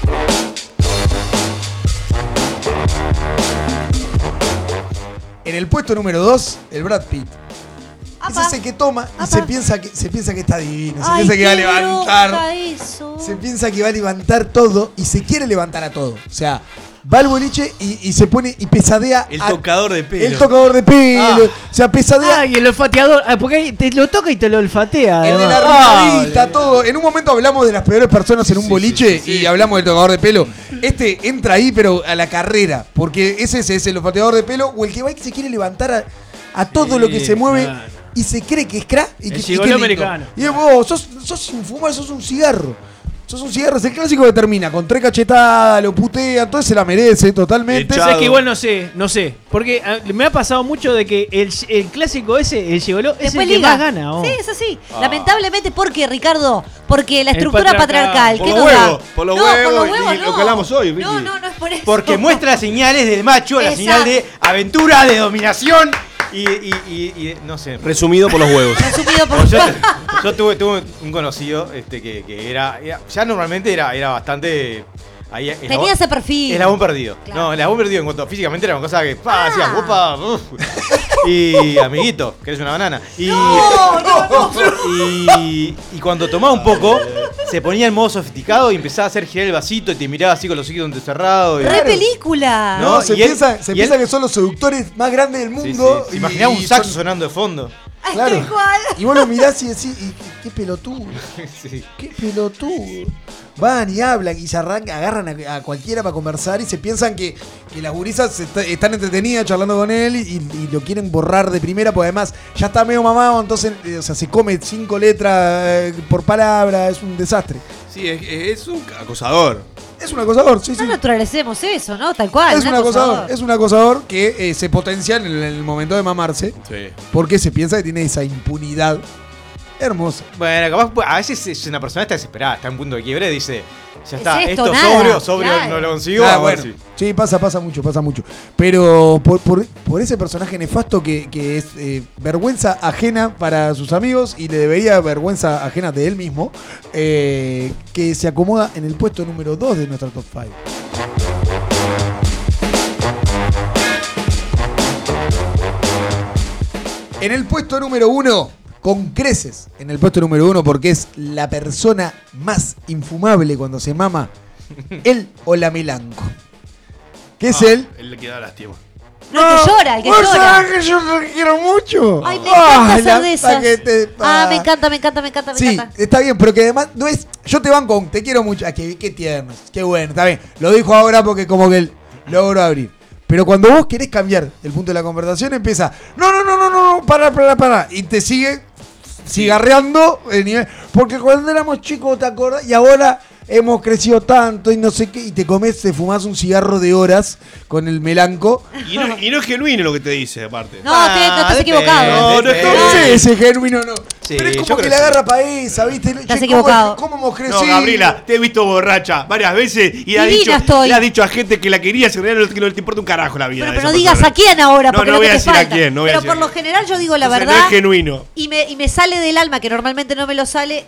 En el puesto número 2, el Brad Pitt. Es ese que toma y se piensa que está divino. Se Ay, piensa que va a qué levantar. bronca eso. Se piensa que va a levantar todo y se quiere levantar a todo. O sea, va al boliche y se pone y pesadea. El tocador de pelo. El tocador de pelo. O sea, pesadea. Ay, el olfateador. Porque ahí te lo toca y te lo olfatea. El de la además. rimadita, todo. En un momento hablamos de las peores personas en un boliche y hablamos del tocador de pelo. Este entra ahí, pero a la carrera. Porque ese es el olfateador de pelo o el que va y se quiere levantar a todo lo que se mueve. Claro. Y se cree que es crack y El que gigoló y que es lindo. americano. Y es vos, sos sin fumar, sos un cigarro. Sos un cigarro, es el clásico que termina con 3 cachetadas, lo putea, entonces se la merece totalmente. Es que igual no sé. Porque me ha pasado mucho de que el clásico ese, el gigoló, es Después el que liga. más gana. Sí, es así. Lamentablemente, ¿por qué, Ricardo? Porque la El estructura patriarcal. Por ¿Qué los nos da? huevos. Por los No, por huevos. los huevos y no. lo que hablamos hoy, Vicky. No es por eso. Porque muestra las señales del macho, la señal de aventura, de dominación y no sé. Resumido por los huevos. Resumido por Yo tuve un conocido que era ya normalmente era bastante Ahí, Tenía ese perfil. Eslabón perdido. Claro. No, eslabón perdido en cuanto físicamente era una cosa que hacía upa, uf. Y amiguito, ¿querés una banana? Y cuando tomaba un poco, se ponía en modo sofisticado y empezaba a hacer girar el vasito y te miraba así con los ojos entrecerrados. ¡Re película! No, se piensa que son los seductores más grandes del mundo. Se imaginaba un saxo sonando de fondo. Claro. Igual. Y vos lo mirás y decís, qué pelotudo. Sí. Qué pelotudo. Van y hablan y se agarran a cualquiera para conversar y se piensan que las gurisas están entretenidas charlando con él y lo quieren borrar de primera, porque además ya está medio mamado, entonces se come 5 letras por palabra, es un desastre. Sí, es un acosador. Es un acosador, sí, sí. No naturalicemos eso, ¿no? Tal cual. Es un acosador que se potencia en el momento de mamarse. Sí. Porque se piensa que tiene esa impunidad hermosa. Bueno, capaz, a veces es una persona está desesperada, está en un punto de quiebre y dice, ya está, esto, esto nada, sobrio claro. no lo consigo. Bueno. Sí, pasa mucho. Pero por ese personaje nefasto que es vergüenza ajena para sus amigos y le debería vergüenza ajena de él mismo, que se acomoda en el puesto número 2 de nuestra Top 5. En el puesto número 1, con creces, en el puesto número 1, porque es la persona más infumable cuando se mama, él o la Melanco. ¿Qué es él? Él le queda lástima. No, el que llora, el que ¿Vos llora. sabés que yo te quiero mucho? Ay, me encanta hacer la de esas. Me encanta. Sí, está bien, pero que además no es. Yo te banco, te quiero mucho. Ah, qué tierno, qué bueno, está bien. Lo dijo ahora porque como que él logró abrir. Pero cuando vos querés cambiar el punto de la conversación, empieza. No, para. Y te sigue cigarreando el nivel. Porque cuando éramos chicos, ¿te acordás? Y ahora hemos crecido tanto y no sé qué. Y te fumás un cigarro de horas con el Melanco. Y no es genuino lo que te dice, aparte. No, no estás equivocado. No sé ese genuino, no. Sí, pero es yo como que creo la que agarra para esa, ¿viste? Estás equivocado. ¿Cómo hemos crecido? No, Gabriela, te he visto borracha varias veces y le has dicho a gente que la querías y en realidad no te importa un carajo la vida. Pero no digas a quién ahora, porque no voy a te decir falta. a quién. No voy a Pero decir por lo general yo digo la Entonces, verdad. No es genuino. Y me sale del alma, que normalmente no me sale.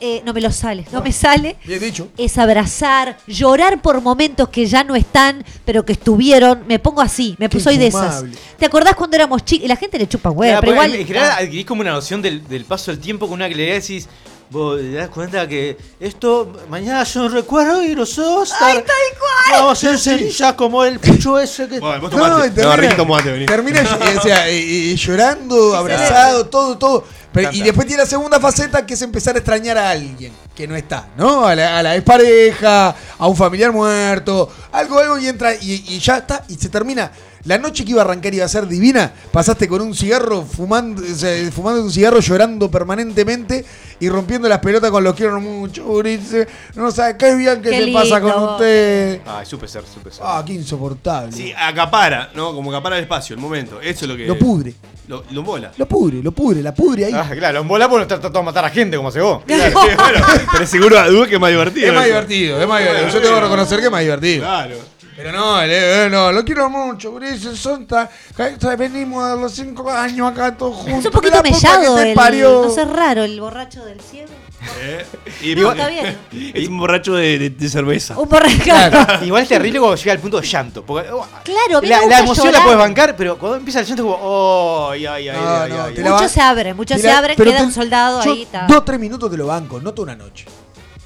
Bien dicho. Es abrazar, llorar por momentos que ya no están, pero que estuvieron. Me pongo así, soy de esas. ¿Te acordás cuando éramos chicos? Y la gente le chupa huevo, pero igual. En general adquirís como una noción del paso del tiempo con una claridad decís, vos te das cuenta que esto, mañana yo no recuerdo y nosotros ¡ay, tal cual! vamos a ser cenizas como el pucho ese que... Bueno, vos tomate. Ricky, tomate, vení. Termina llorando, abrazado, todo. Y después tiene la segunda faceta, que es empezar a extrañar a alguien que no está, ¿no? A la expareja, a un familiar muerto, algo y entra y ya está, y se termina. La noche que iba a arrancar iba a ser divina, pasaste con un cigarro, fumando un cigarro, llorando permanentemente y rompiendo las pelotas con los quiero mucho, Urice. No sabes qué bien que se pasa con usted. Ay, supe ser. Qué insoportable. Sí, acapara, ¿no? Como acapara el espacio, el momento. Eso es lo que... Lo pudre. Lo embola. La pudre ahí. Ah, claro, lo embola porque no está tratando de matar a gente como hace vos. Claro, sí, bueno, pero seguro a Duque es más divertido. Es más divertido. Yo tengo que reconocer que es más divertido. Claro. Pero no, lo quiero mucho, Urice. Venimos a los 5 años acá todos juntos. Es un poquito mellado. No sé, raro, el borracho del cielo. No, está bien. Es un borracho de cerveza. Un borracho. Claro. Igual es terrible cuando llega al punto de llanto. Porque, claro, la emoción la puedes bancar, pero cuando empieza el llanto es como, ay. Mucho se abre, queda un soldado ahí. Está. 2-3 minutos te lo banco, no toda una noche.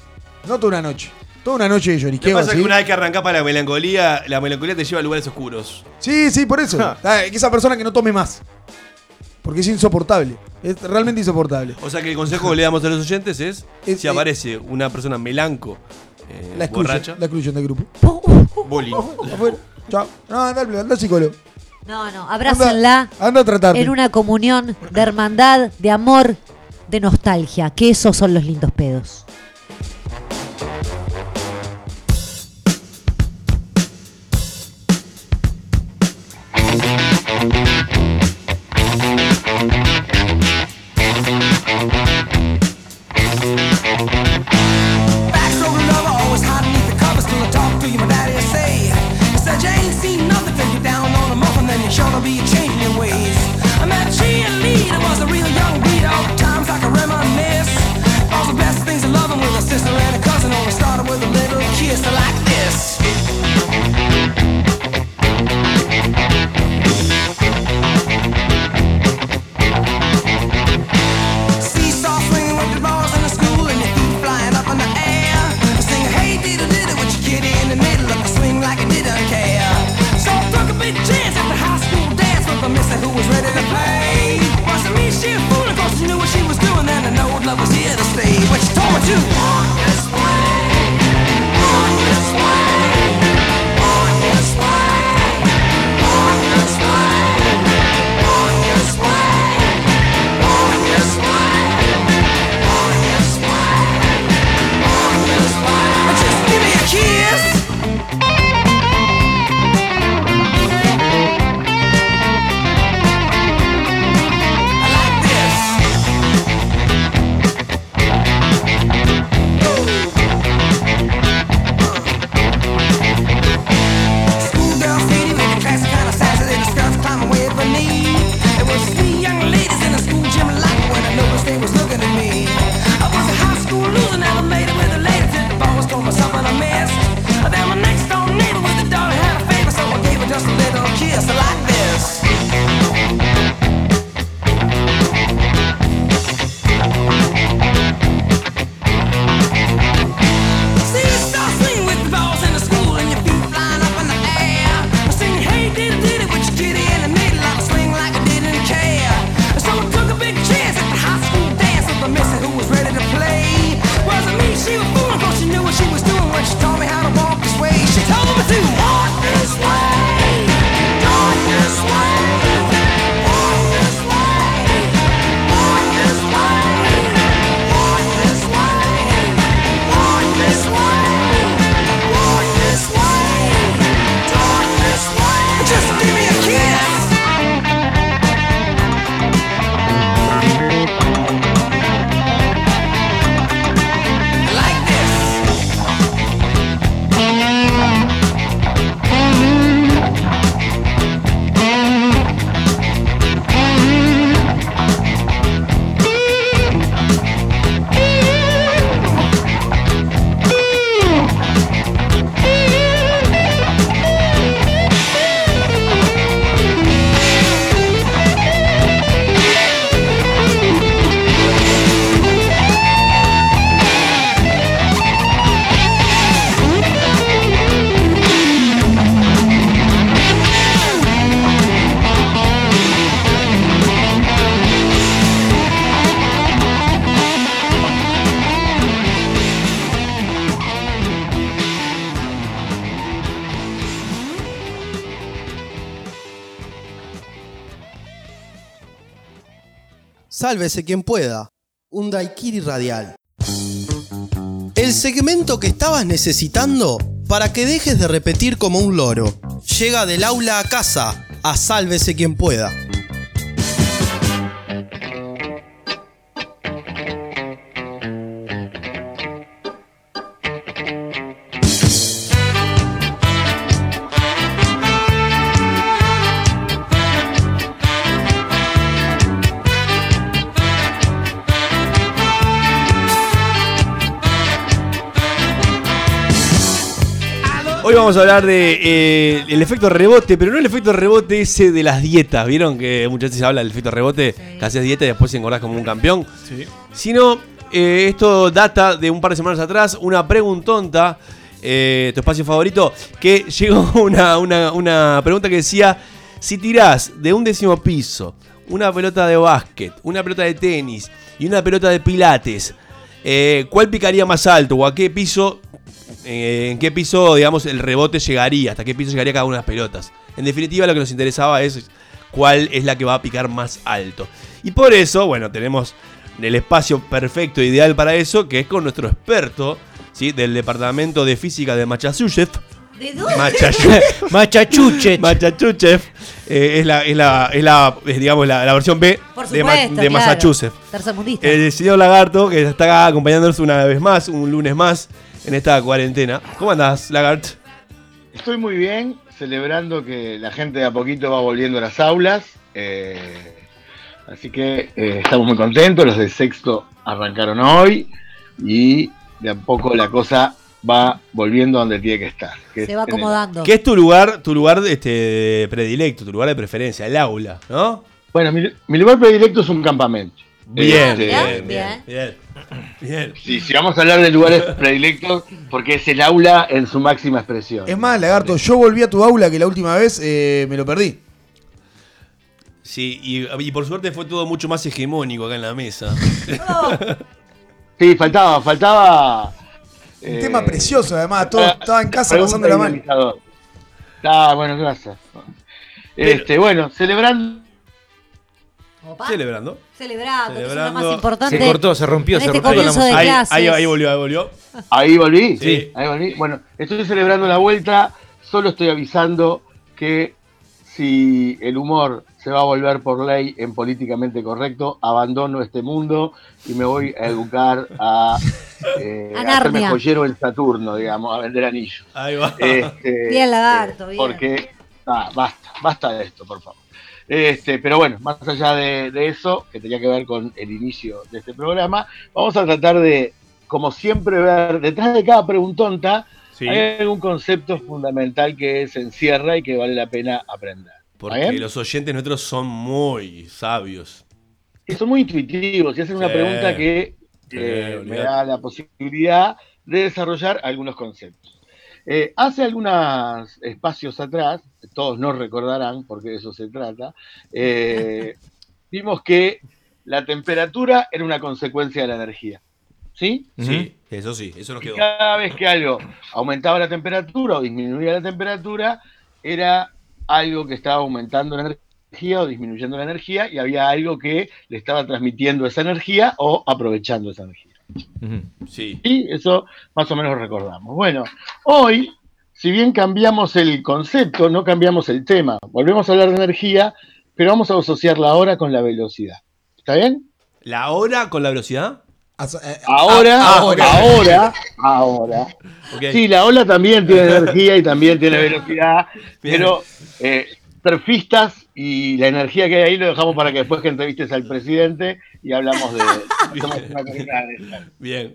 Toda una noche de lloriqueo. Lo que pasa ¿sí? es que una vez que arrancás para la melancolía te lleva a lugares oscuros. Sí, por eso. Esa persona que no tome más. Porque es insoportable. Es realmente insoportable. O sea que el consejo que le damos a los oyentes es si aparece una persona melanco, borracha. La exclusión del grupo. Bullying. Chao. No, anda al psicólogo. No, abrácenla. Anda a tratarte. En una comunión de hermandad, de amor, de nostalgia. Que esos son los lindos pedos. Be a cheerleader, was a real young beat. All times I can reminisce. All the best things of loving. love was here to stay. But she told me to walk this way, walk this way, walk this way, walk this way, walk this way, walk this way, walk this way, walk this way. Just give me a kiss. Sálvese quien pueda. Un daiquiri radial. El segmento que estabas necesitando para que dejes de repetir como un loro. Llega del aula a casa a Sálvese quien pueda. Hoy vamos a hablar de el efecto rebote, pero no el efecto rebote ese de las dietas. ¿Vieron que muchas veces se habla del efecto rebote? Sí. Que haces dieta y después engordás como un campeón. Sí. Sino, esto data de un par de semanas atrás, una preguntonta, tu espacio favorito, que llegó una pregunta que decía: si tirás de un 10º piso una pelota de básquet, una pelota de tenis y una pelota de pilates, ¿cuál picaría más alto? ¿O a qué piso? ¿En qué piso, digamos, el rebote llegaría? ¿Hasta qué piso llegaría cada una de las pelotas? En definitiva, lo que nos interesaba es cuál es la que va a picar más alto. Y por eso, bueno, tenemos el espacio perfecto, ideal para eso, que es con nuestro experto, ¿sí?, del Departamento de Física de Massachusetts. ¿De dónde? Massachusetts. Es digamos, la versión B de Massachusetts. Tercermundista. El señor Lagarto, que está acá acompañándonos una vez más, un lunes más, en esta cuarentena. ¿Cómo andás, Lagart? Estoy muy bien, celebrando que la gente de a poquito va volviendo a las aulas. Así que estamos muy contentos. Los de sexto arrancaron hoy y de a poco la cosa va volviendo donde tiene que estar. Se va acomodando. ¿Qué es tu lugar predilecto, tu lugar de preferencia? El aula, ¿no? Bueno, mi lugar predilecto es un campamento. Bien. Si vamos a hablar de lugares predilectos, porque es el aula en su máxima expresión. Es más, Lagarto, yo volví a tu aula que la última vez me lo perdí. Sí, y por suerte fue todo mucho más hegemónico acá en la mesa. Sí, faltaba. Un tema precioso, además, todos estaban en casa pasando la mano. Bueno, gracias. Bueno, celebrando. Celebrando, que es lo más importante. Se cortó, se rompió, en se este rompió la comienzo de música. clases. Ahí volvió. Ahí volví. Sí. Ahí volví. Bueno, estoy celebrando la vuelta. Solo estoy avisando que si el humor se va a volver por ley en políticamente correcto, abandono este mundo y me voy a educar a hacerme joyero en Saturno, digamos, a vender anillos. Ahí va. Bien, lagarto, bien. Porque basta de esto, por favor. Pero bueno, más allá de eso, que tenía que ver con el inicio de este programa, vamos a tratar de, como siempre, ver detrás de cada preguntonta, hay algún concepto fundamental que se encierra y que vale la pena aprender. Porque los oyentes nuestros son muy sabios. Y son muy intuitivos y hacen una pregunta que me da la posibilidad de desarrollar algunos conceptos. Hace algunos espacios atrás, todos no recordarán porque de eso se trata, vimos que la temperatura era una consecuencia de la energía. ¿Sí? Sí, eso nos quedó. Y cada vez que algo aumentaba la temperatura o disminuía la temperatura, era algo que estaba aumentando la energía o disminuyendo la energía, y había algo que le estaba transmitiendo esa energía o aprovechando esa energía. Sí. Y eso más o menos recordamos. Bueno, hoy, si bien cambiamos el concepto, no cambiamos el tema. Volvemos a hablar de energía, pero vamos a asociar la hora con la velocidad. ¿Está bien? ¿La hora con la velocidad? Ahora. Okay. Sí, la ola también tiene energía y también tiene velocidad, pero surfistas y la energía que hay ahí lo dejamos para que después que entrevistes al presidente y hablamos de... Bien.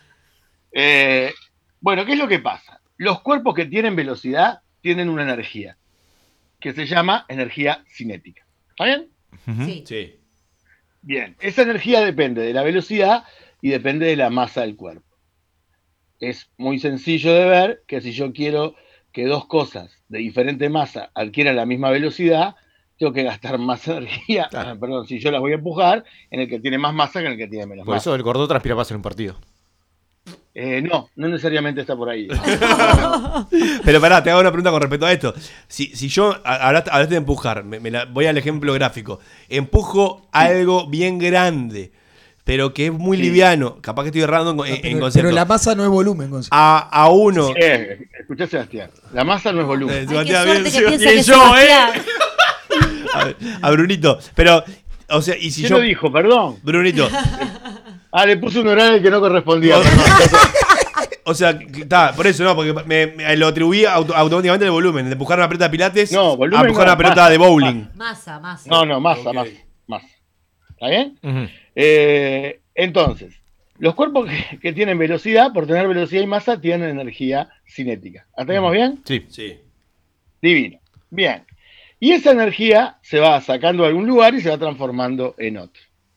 Bueno, ¿qué es lo que pasa? Los cuerpos que tienen velocidad tienen una energía que se llama energía cinética. ¿Está bien? Sí. Bien, esa energía depende de la velocidad y depende de la masa del cuerpo. Es muy sencillo de ver que si yo quiero que dos cosas de diferente masa adquieran la misma velocidad, tengo que gastar más energía, si yo las voy a empujar, en el que tiene más masa que en el que tiene menos Por masa. eso el gordo transpira más en un partido. No necesariamente está por ahí. Pero pará, te hago una pregunta con respecto a esto. Si yo, hablaste de empujar, voy al ejemplo gráfico. Empujo algo bien grande, pero que es muy liviano. Capaz que estoy errando en concepto. Pero la masa no es volumen, Gonzalo. A uno. Escuchá, Sebastián. La masa no es volumen. Sebastián, Ay, qué suerte que piensa que yo, Sebastián. A Brunito. Pero, o sea, y si ¿Quién yo. lo dijo? Perdón. Brunito. Le puse un horario que no correspondía. O sea, está, por eso no, porque me lo atribuí automáticamente el volumen. De empujar una pelota de pilates a empujar una pelota de bowling. Masa. No, masa. ¿Está bien? Entonces, los cuerpos que tienen velocidad, por tener velocidad y masa, tienen energía cinética. ¿Estamos bien? Sí. Divino. Bien. Y esa energía se va sacando de algún lugar y se va transformando en otro.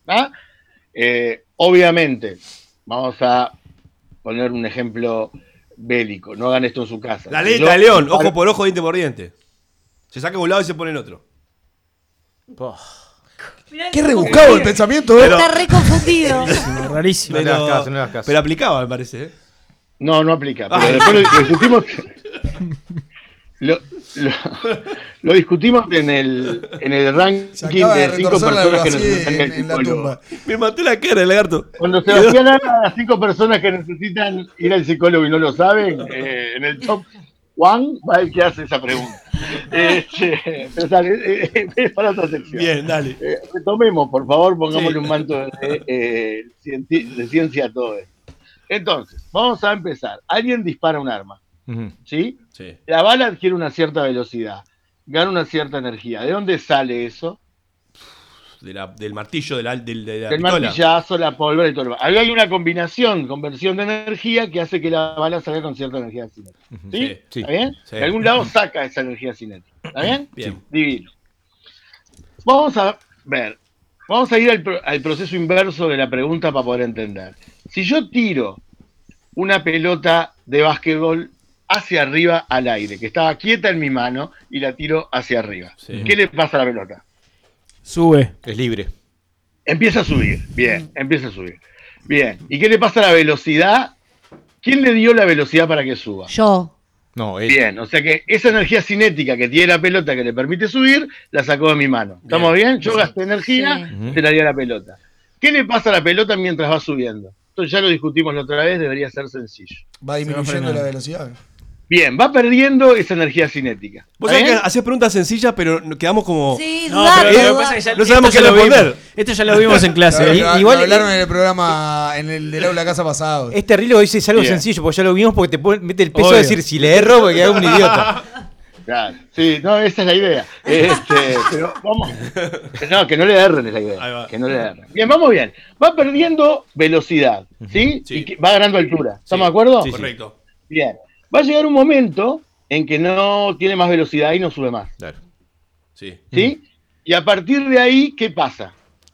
Obviamente, vamos a poner un ejemplo bélico. No hagan esto en su casa. La letra de león, ojo por ojo, diente por diente. Se saca de un lado y se pone en otro. Qué rebuscado el pensamiento, Está re confundido. Rarísimo. No le hagas caso. Pero aplicaba, me parece. No aplica. Pero después lo discutimos. Lo discutimos en el ranking de 5 personas que necesitan el psicólogo. Me maté la cara el lagarto. Cuando Sebastián habla de las 5 personas que necesitan ir al psicólogo y no lo saben, en el top 1 va el que hace esa pregunta. Pero sale, es para otra sección. Bien, dale. Retomemos, por favor, pongámosle un manto de ciencia a todo esto. Entonces, vamos a empezar. Alguien dispara un arma. ¿Sí? Sí. La bala adquiere una cierta velocidad, gana una cierta energía. ¿De dónde sale eso? Del martillo, de la Del pistola. martillazo, la pólvora y todo lo demás. Ahí hay una conversión de energía que hace que la bala salga con cierta energía cinética. ¿Sí? ¿Está bien? Sí. De algún lado saca esa energía cinética. ¿Está bien? Bien. Divino. Vamos a ver. Vamos a ir al proceso inverso de la pregunta para poder entender. Si yo tiro una pelota de básquetbol hacia arriba al aire, que estaba quieta en mi mano, y la tiro hacia arriba, ¿qué le pasa a la pelota? Sube. Es libre. Empieza a subir. Bien, empieza a subir. Bien. ¿Y qué le pasa a la velocidad? ¿Quién le dio la velocidad para que suba? Yo. No, Bien, o sea que esa energía cinética que tiene la pelota que le permite subir, la sacó de mi mano. ¿Estamos bien? Yo gasté energía, se la di a la pelota. ¿Qué le pasa a la pelota mientras va subiendo? Esto ya lo discutimos la otra vez, debería ser sencillo. Va disminuyendo la velocidad. Bien, va perdiendo esa energía cinética. Vos ¿Está sabés que bien? hacés preguntas sencillas, pero quedamos como. Sí, No, dudando, pero lo que dudando. pasa es que ya- No sabemos esto qué ya lo responder. vimos. Esto ya lo vimos en clase. Igual hablaron en el programa, en el del aula casa pasado. Es terrible que dices algo Bien. sencillo, porque ya lo vimos, porque mete el peso Obvio. de decir si le erro, porque es un idiota. Claro, sí, no, esa es la idea. Pero vamos. No, que no le erren es la Ahí idea. va. Que no le erren. Bien, vamos bien. Va perdiendo velocidad, ¿sí? Sí. Y va ganando altura. ¿Estamos de acuerdo? Sí, sí. Correcto. Bien. Va a llegar un momento en que no tiene más velocidad y no sube más. Claro. Sí. ¿Sí? Y a partir de ahí, ¿qué pasa?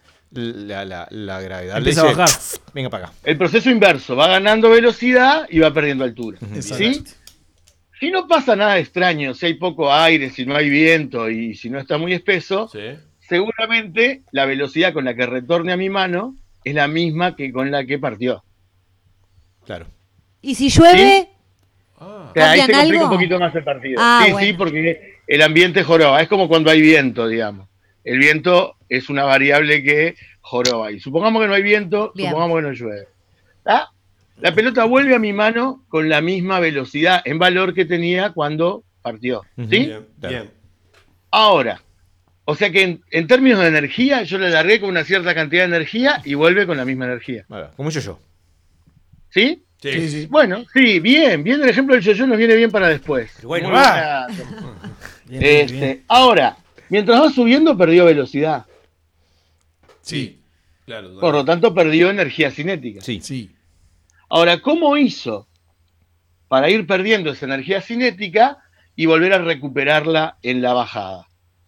La gravedad. Empieza le a dice, bajar. Venga para acá. El proceso inverso. Va ganando velocidad y va perdiendo altura. Exacto. ¿Sí? Si no pasa nada extraño, si hay poco aire, si no hay viento y si no está muy espeso, Sí. seguramente la velocidad con la que retorne a mi mano es la misma que con la que partió. Claro. ¿Y si llueve? O sea, ahí se ¿Cambian complica algo? un poquito más el partido. Ah, sí, bueno. sí, porque el ambiente joroba. Es como cuando hay viento, digamos. El viento es una variable que joroba. Y supongamos que no hay viento, Bien. supongamos que no llueve. ¿Ah? La pelota vuelve a mi mano con la misma velocidad en valor que tenía cuando partió. ¿Sí? Bien. Claro. Bien. Ahora, o sea que en términos de energía, yo le largué con una cierta cantidad de energía y vuelve con la misma energía. Bueno, como yo. ¿Sí? Sí. Sí, sí. Bueno, sí, bien, bien el ejemplo del yo-yo nos viene bien para después. Bueno, Muy va. bien. Ahora, mientras va subiendo, perdió velocidad. Sí. Claro. Por lo tanto, perdió energía cinética. Sí. Sí. Ahora, ¿cómo hizo para ir perdiendo esa energía cinética y volver a recuperarla en la bajada?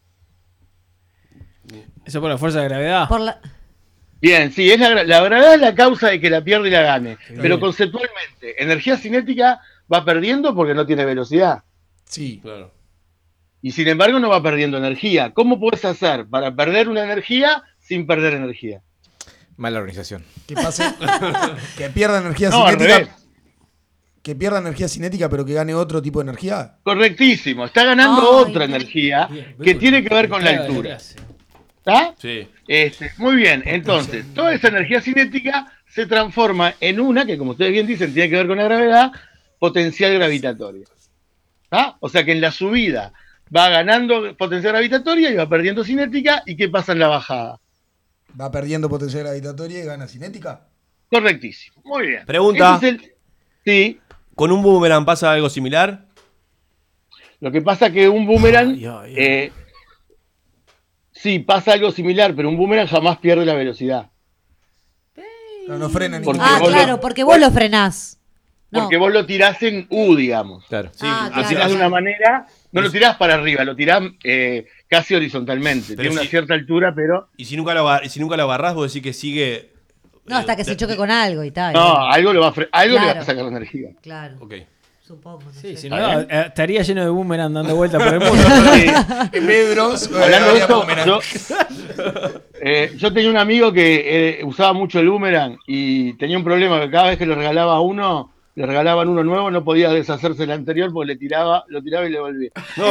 Eso por la fuerza de gravedad. Por la... Bien, sí, es la gravedad es la causa de que la pierda y la gane. Pero conceptualmente, energía cinética va perdiendo porque no tiene velocidad. Sí. Claro. Y sin embargo no va perdiendo energía. ¿Cómo puedes hacer para perder una energía sin perder energía? Mala organización. Que pase. Que pierda energía No, al revés. cinética. Que pierda energía cinética, pero que gane otro tipo de energía. Correctísimo. Está ganando Ay, otra bien. energía que tiene que ver con la altura. ¿Está? Sí. Muy bien. Entonces, toda esa energía cinética se transforma en una que, como ustedes bien dicen, tiene que ver con la gravedad, potencial gravitatoria. ¿Está? O sea que en la subida va ganando potencial gravitatoria y va perdiendo cinética. ¿Y qué pasa en la bajada? Va perdiendo potencial gravitatoria y gana cinética. Correctísimo. Muy bien. Pregunta. Ese es sí. ¿Con un boomerang pasa algo similar? Lo que pasa que un boomerang, Ay, ay, ay. sí, pasa algo similar, pero un boomerang jamás pierde la velocidad. No frena ni Porque Ah, vos claro, lo- porque vos lo frenás. No. Porque vos lo tirás en U, digamos. Claro. Sí. Ah, Lo claro. tirás de una manera, no lo tirás para arriba, lo tirás casi horizontalmente. Pero Tiene una sí. cierta altura, pero... Y si nunca lo agarrás, vos decís que sigue. No, hasta que se choque con algo y tal. No, algo, le va a le va Claro. a sacar la energía. Claro, Ok. supongo. No Sí, sé. si no, estaría lleno de boomerang dando vueltas por el mundo. En vez de Bros, Hablando de habría esto, boomerang. yo tenía un amigo que usaba mucho el boomerang y tenía un problema que cada vez que le regalaba uno, le regalaban uno nuevo, no podía deshacerse del anterior porque lo tiraba y le volvía.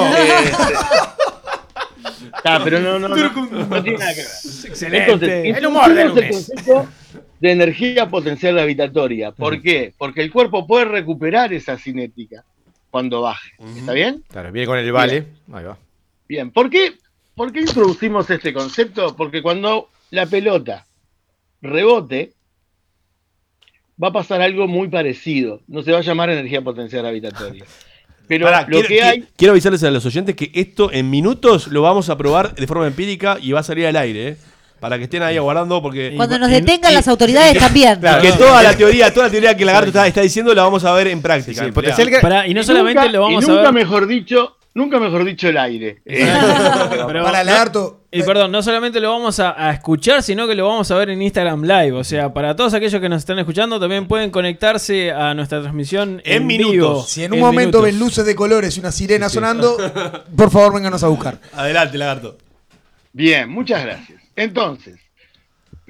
Pero no tiene nada que ver. Excelente. Entonces, El humor del introducimos el lunes. concepto de energía potencial gravitatoria. ¿Por qué? Porque el cuerpo puede recuperar esa cinética cuando baje. ¿Está bien? Claro, viene con el vale. Ahí va. Bien. ¿Por qué introducimos este concepto? Porque cuando la pelota rebote, va a pasar algo muy parecido. No se va a llamar energía potencial gravitatoria. Pero Pará, lo que hay... quiero avisarles a los oyentes que esto en minutos lo vamos a probar de forma empírica y va a salir al aire, ¿eh? Para que estén ahí aguardando porque... Cuando nos detengan las autoridades también. Que toda la teoría que Lagarto está diciendo la vamos a ver en práctica. Pará, y no solamente lo vamos a ver. Nunca mejor dicho el aire. Pero Para Lagarto. Y perdón, no solamente lo vamos a escuchar, sino que lo vamos a ver en Instagram Live. O sea, para todos aquellos que nos están escuchando, también pueden conectarse a nuestra transmisión en minutos. vivo. Si en un momento minutos. ven luces de colores y una sirena sonando, por favor, vénganos a buscar. Adelante, Lagarto. Bien, muchas gracias. Entonces,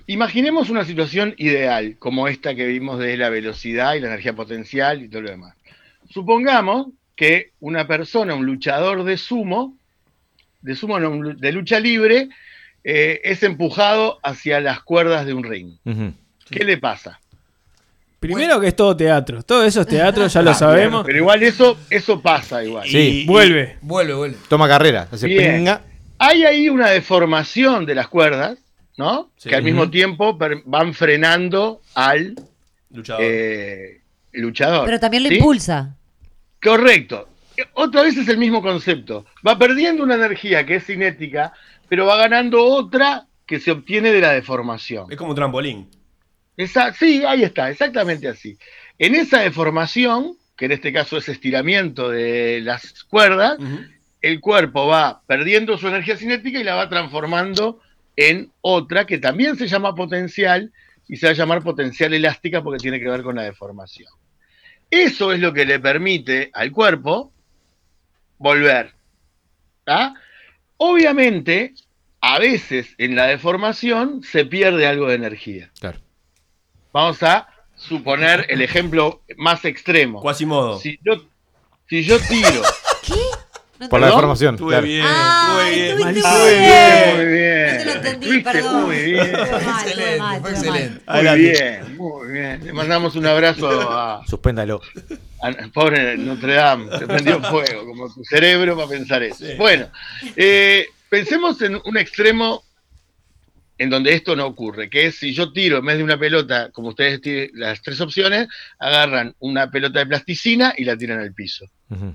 imaginemos una situación ideal, como esta que vimos de la velocidad y la energía potencial y todo lo demás. Supongamos que una persona, un luchador de sumo no, de lucha libre, es empujado hacia las cuerdas de un ring. ¿Qué le pasa? Primero que es todo teatro. Todo eso es teatro, ya lo sabemos. Pero igual eso pasa igual. Sí. Vuelve. Vuelve. Toma carrera. Hace Bien. pinga. Hay ahí una deformación de las cuerdas, ¿no? Sí. Que al mismo tiempo van frenando al Luchador. luchador. Pero también lo ¿sí? impulsa. Correcto. Otra vez es el mismo concepto. Va perdiendo una energía que es cinética, pero va ganando otra que se obtiene de la deformación. Es como un trampolín. Sí, ahí está, exactamente así. En esa deformación, que en este caso es estiramiento de las cuerdas, el cuerpo va perdiendo su energía cinética y la va transformando en otra que también se llama potencial y se va a llamar potencial elástica porque tiene que ver con la deformación. Eso es lo que le permite al cuerpo volver. ¿Ah? Obviamente, a veces en la deformación se pierde algo de energía. Claro. Vamos a suponer el ejemplo más extremo. Quasimodo. Si yo tiro. Por la deformación. Estuve claro. bien, Estuviste Muy bien. No te lo entendí, Estuviste perdón. muy bien. Fue excelente. Muy bien, muy bien. Le mandamos un abrazo a Suspéndalo. pobre Notre Dame. Se prendió fuego, como tu cerebro para pensar eso. Sí. Bueno, pensemos en un extremo en donde esto no ocurre, que es si yo tiro en vez de una pelota, como ustedes tienen las tres opciones, agarran una pelota de plasticina y la tiran al piso.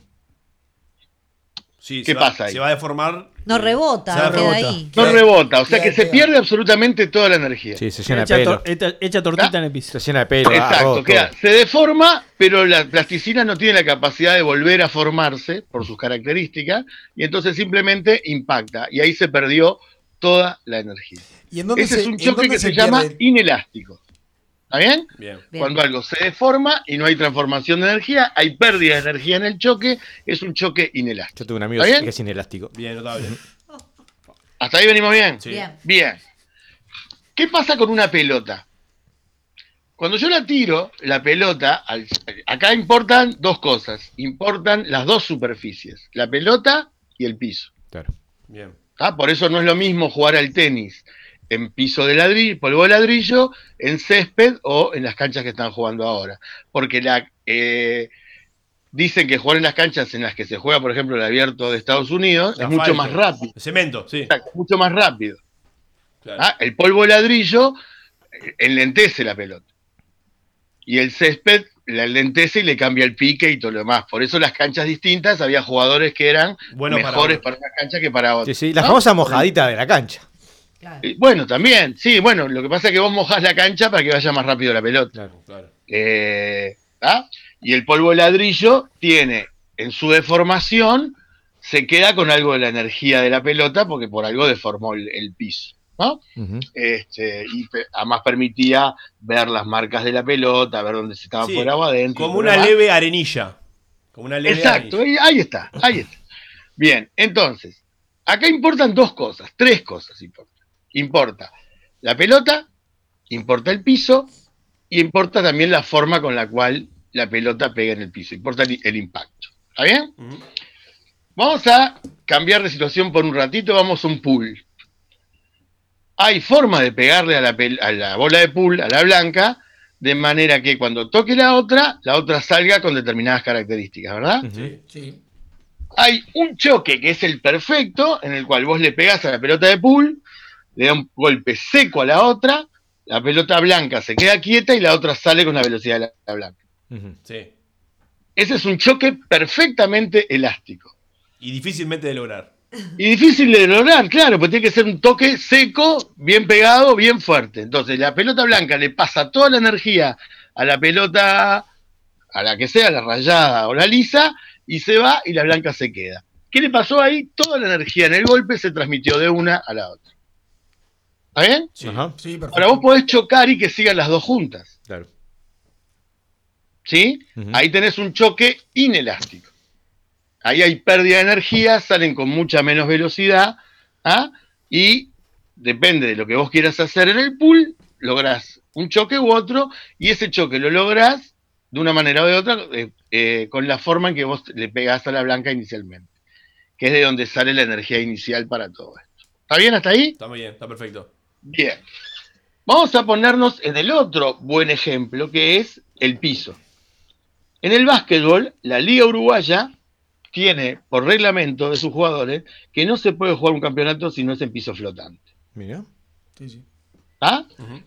Sí, ¿Qué pasa ahí? Se va a deformar. No rebota, Se queda ahí. No rebota, o sea que se pierde absolutamente toda la energía. Sí, se llena de pelo. Echa tortita en el piso. Se llena de pelo. Exacto, se deforma, pero la plasticina no tiene la capacidad de volver a formarse por sus características, y entonces simplemente impacta, y ahí se perdió toda la energía. ¿Y en dónde Ese es un en choque dónde que se llama pierde? inelástico. ¿Está bien? Bien. Cuando algo se deforma y no hay transformación de energía, hay pérdida de energía en el choque, es un choque inelástico. Yo tengo un amigo ¿Está bien? que es inelástico. Bien, notable. ¿Hasta ahí venimos bien? Sí. Bien. ¿Qué pasa con una pelota? Cuando yo la tiro, la pelota, acá importan dos cosas. Importan las dos superficies, la pelota y el piso. Claro. Bien. ¿Ah? Por eso no es lo mismo jugar al tenis en piso de ladrillo, polvo de ladrillo, en césped o en las canchas que están jugando ahora. Porque dicen que jugar en las canchas en las que se juega, por ejemplo, el abierto de Estados Unidos, es mucho más rápido. Cemento, sí. Exacto, mucho más rápido. Claro. ¿Ah? El polvo de ladrillo enlentece la pelota. Y el césped la enlentece y le cambia el pique y todo lo demás. Por eso las canchas distintas, había jugadores que eran Bueno mejores para para una cancha que para otra. Sí, sí, la ¿no? famosa mojadita de la cancha. Bueno, también, sí, bueno, lo que pasa es que vos mojás la cancha para que vaya más rápido la pelota. Claro, claro. ¿Ah? Y el polvo de ladrillo tiene, en su deformación, se queda con algo de la energía de la pelota porque por algo deformó el piso, ¿no? Además permitía ver las marcas de la pelota, ver dónde se estaba Sí, fuera o adentro. Como una leve arenilla. Como una leve Exacto, arenilla. ahí está. Bien, entonces, acá importan dos cosas, tres cosas importan. Importa la pelota, importa el piso, y importa también la forma con la cual la pelota pega en el piso, importa el impacto. ¿Está bien? Vamos a cambiar de situación por un ratito, vamos a un pool. Hay forma de pegarle a la bola de pool, a la blanca, de manera que cuando toque la otra salga con determinadas características, ¿verdad? Sí. Hay un choque que es el perfecto, en el cual vos le pegás a la pelota de pool, le da un golpe seco a la otra, la pelota blanca se queda quieta y la otra sale con la velocidad de la blanca. Sí. Ese es un choque perfectamente elástico. Y difícilmente de lograr. Y difícil de lograr, claro, porque tiene que ser un toque seco, bien pegado, bien fuerte. Entonces la pelota blanca le pasa toda la energía a la pelota, a la que sea, la rayada o la lisa, y se va y la blanca se queda. ¿Qué le pasó ahí? Toda la energía en el golpe se transmitió de una a la otra. ¿Está bien? Sí. Sí, perfecto. Ahora vos podés chocar y que sigan las dos juntas. Claro. ¿Sí? Ahí tenés un choque inelástico. Ahí hay pérdida de energía, salen con mucha menos velocidad, ¿ah? Y depende de lo que vos quieras hacer en el pool, lográs un choque u otro, y ese choque lo lográs de una manera o de otra con la forma en que vos le pegás a la blanca inicialmente, que es de donde sale la energía inicial para todo esto. ¿Está bien hasta ahí? Está muy bien, está perfecto. Bien. Vamos a ponernos en el otro buen ejemplo, que es el piso. En el básquetbol, la Liga Uruguaya tiene por reglamento de sus jugadores que no se puede jugar un campeonato si no es en piso flotante. Mira. Sí. ¿Ah?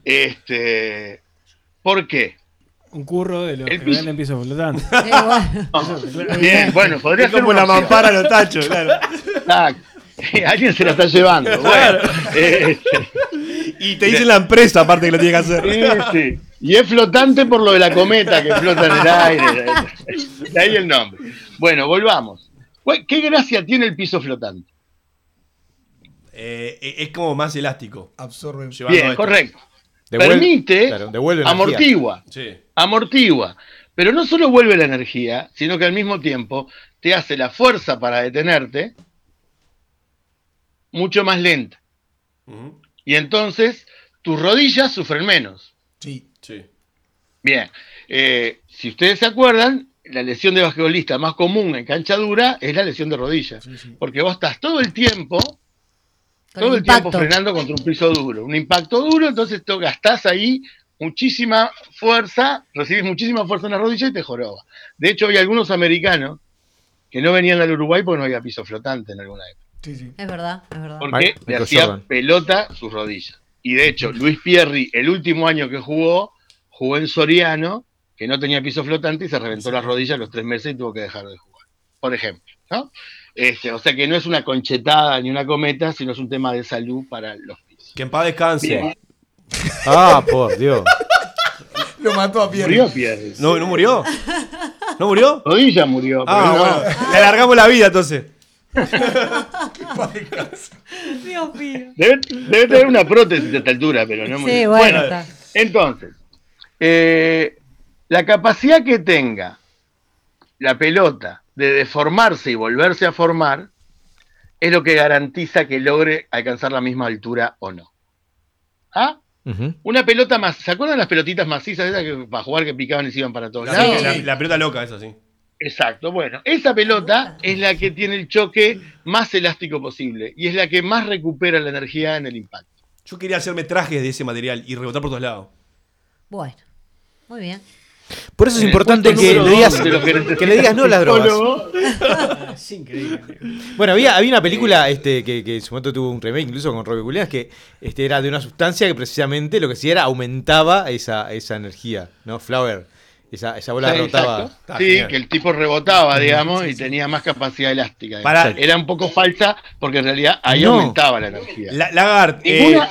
¿Por qué? Un curro de los El que piso. venden pisos flotantes. Bien, bueno, podría Es ser como una la opción. mampara a los tachos, claro. Exacto. Alguien se la está llevando. Bueno, Y te dicen la empresa, aparte que lo tiene que hacer. sí. Y es flotante por lo de la cometa que flota en el aire. De ahí el nombre. Bueno, volvamos. ¿Qué gracia tiene el piso flotante? Es como más elástico. Absorbe. Bien, correcto. Permite, devuelve energía. amortigua. Sí. Amortigua. Pero no solo vuelve la energía, sino que al mismo tiempo te hace la fuerza para detenerte mucho más lenta. Y entonces tus rodillas sufren menos. Sí. Bien. Si ustedes se acuerdan, la lesión de basquetbolista más común en cancha dura es la lesión de rodillas. Porque vos estás todo el tiempo frenando contra un piso duro. Un impacto duro, entonces gastás ahí muchísima fuerza, recibís muchísima fuerza en la rodilla y te joroba. De hecho, hay algunos americanos que no venían al Uruguay porque no había piso flotante en alguna época. Es verdad, es verdad. Porque le hacía pelota sus rodillas. Y de hecho, Luis Pierri, el último año que jugó en Soriano, que no tenía piso flotante y se reventó las rodillas a los 3 meses y tuvo que dejar de jugar. Por ejemplo, ¿no? O sea que no es una conchetada ni una cometa, sino es un tema de salud para los pisos. Que en paz descanse. Bien. Ah, por Dios. Lo mató a Pierre. Murió Pierre. ¿No murió? ¿No murió? Rodilla murió. Ah, pero no. bueno. Le alargamos la vida entonces. Dios mío. Debe tener una prótesis a esta altura, pero no murió. Sí, bueno, está. Entonces, la capacidad que tenga la pelota de deformarse y volverse a formar es lo que garantiza que logre alcanzar la misma altura o no. ¿Ah? Una pelota más. ¿Se acuerdan las pelotitas macizas esas que para jugar que picaban y se iban para todos lados? La pelota loca, esa sí. Exacto, bueno, esa pelota es la que tiene el choque más elástico posible y es la que más recupera la energía en el impacto. Yo quería hacerme trajes de ese material y rebotar por todos lados. Bueno, muy bien. Por eso es importante que le digas no a las drogas. Es increíble. Bueno, había una película que en su momento tuvo un remake incluso con Robbie Williams que era de una sustancia que precisamente lo que hacía era aumentaba esa energía, ¿no? Flower. Esa bola rebotaba. Sí, genial. Que el tipo rebotaba, digamos, y tenía más capacidad elástica. Era un poco falsa porque en realidad ahí aumentaba la energía. Lagart.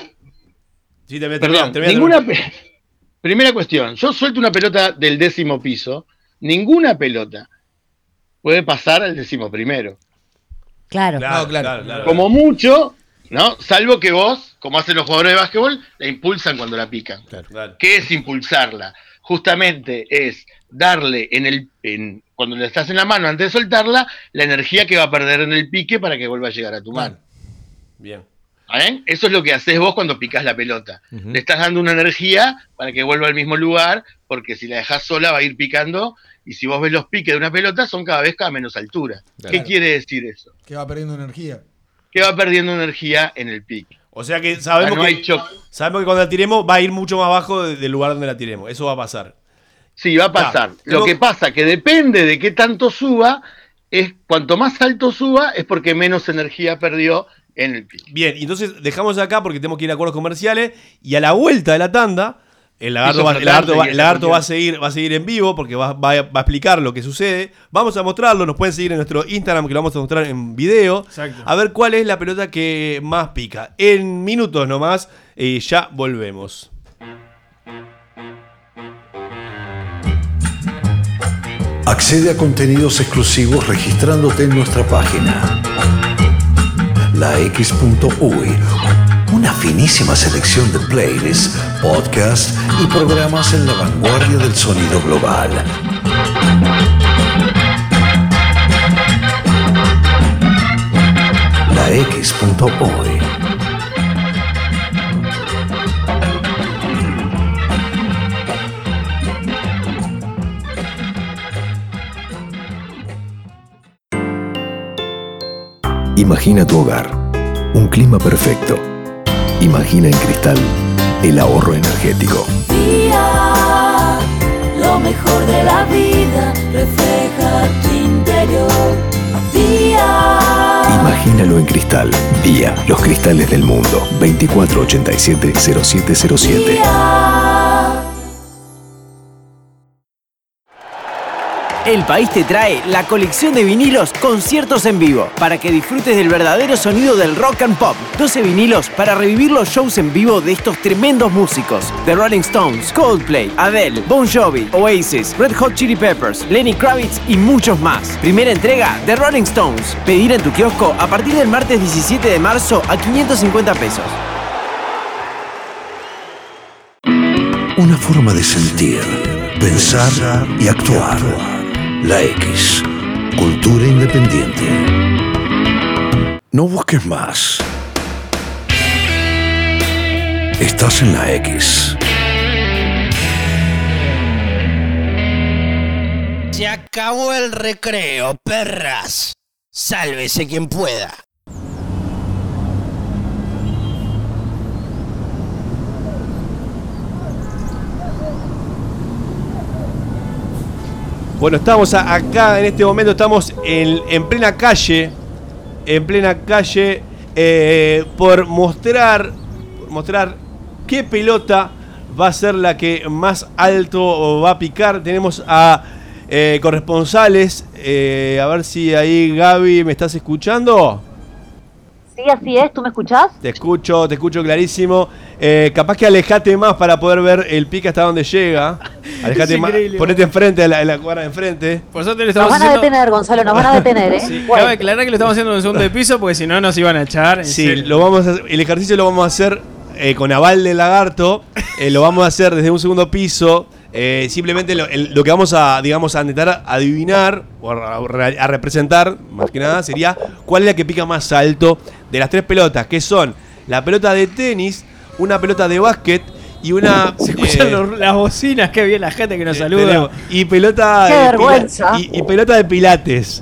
Sí, ninguna. Primera cuestión, yo suelto una pelota del 10º piso, ninguna pelota puede pasar al 11º. Claro. Como mucho, ¿no? Salvo que vos, como hacen los jugadores de básquetbol, la impulsan cuando la pican. Claro. ¿Qué es impulsarla? Justamente es darle cuando le estás en la mano antes de soltarla, la energía que va a perder en el pique para que vuelva a llegar a tu mano. Bien. ¿Ven? Eso es lo que haces vos cuando picás la pelota. Le estás dando una energía para que vuelva al mismo lugar, porque si la dejás sola va a ir picando, y si vos ves los piques de una pelota son cada vez a menos altura. Claro. ¿Qué quiere decir eso? Que va perdiendo energía. Que va perdiendo energía en el pique. O sea que sabemos que cuando la tiremos va a ir mucho más abajo del lugar donde la tiremos. Eso va a pasar. Sí, va a pasar. Lo que pasa que depende de qué tanto suba, cuanto más alto suba es porque menos energía perdió en el pique. Bien, y entonces dejamos acá porque tenemos que ir a acuerdos comerciales y a la vuelta de la tanda el lagarto va a seguir en vivo porque va a explicar lo que sucede. Vamos a mostrarlo, nos pueden seguir en nuestro Instagram que lo vamos a mostrar en video. Exacto. A ver cuál es la pelota que más pica. En minutos nomás, ya volvemos. Accede a contenidos exclusivos registrándote en nuestra página lax.uy. Una finísima selección de playlists, podcasts y programas en la vanguardia del sonido global. lax.uy. Imagina tu hogar, un clima perfecto. Imagina en Cristal el ahorro energético. Día, lo mejor de la vida refleja tu interior. Día, Imagínalo en Cristal. Día, los cristales del mundo. 2487-0707. día. El País te trae la colección de vinilos Conciertos en Vivo, para que disfrutes del verdadero sonido del rock and pop. 12 vinilos para revivir los shows en vivo de estos tremendos músicos: The Rolling Stones, Coldplay, Adele, Bon Jovi, Oasis, Red Hot Chili Peppers, Lenny Kravitz y muchos más. Primera entrega, The Rolling Stones. Pedir en tu kiosco a partir del martes 17 de marzo a 550 pesos. Una forma de sentir, pensar y actuar. La X. Cultura independiente. No busques más. Estás en la X. Se acabó el recreo, perras. Sálvese quien pueda. Bueno, estamos acá en este momento, estamos en plena calle, por mostrar qué pelota va a ser la que más alto va a picar. Tenemos a corresponsales, a ver si ahí Gaby, ¿me estás escuchando? Sí, así es. ¿Tú me escuchás? Te escucho clarísimo. Capaz que alejate más para poder ver el pique hasta donde llega. Alejate más, ponete enfrente, a la cuadra de enfrente. Por suerte le Nos estamos van a haciendo... detener, Gonzalo, nos van a detener, ¿eh? Sí, Bueno. cabe aclarar que lo estamos haciendo en el segundo piso porque si no nos iban a echar. Sí, el ejercicio lo vamos a hacer con aval del lagarto. Lo vamos a hacer desde un segundo piso. Simplemente lo que vamos a, digamos, a intentar adivinar o a representar, más que nada, sería cuál es la que pica más alto de las tres pelotas, que son la pelota de tenis, una pelota de básquet y una... Se escuchan las bocinas, qué bien la gente que nos saluda. Y pelota ¡Qué de vergüenza! y pelota de pilates.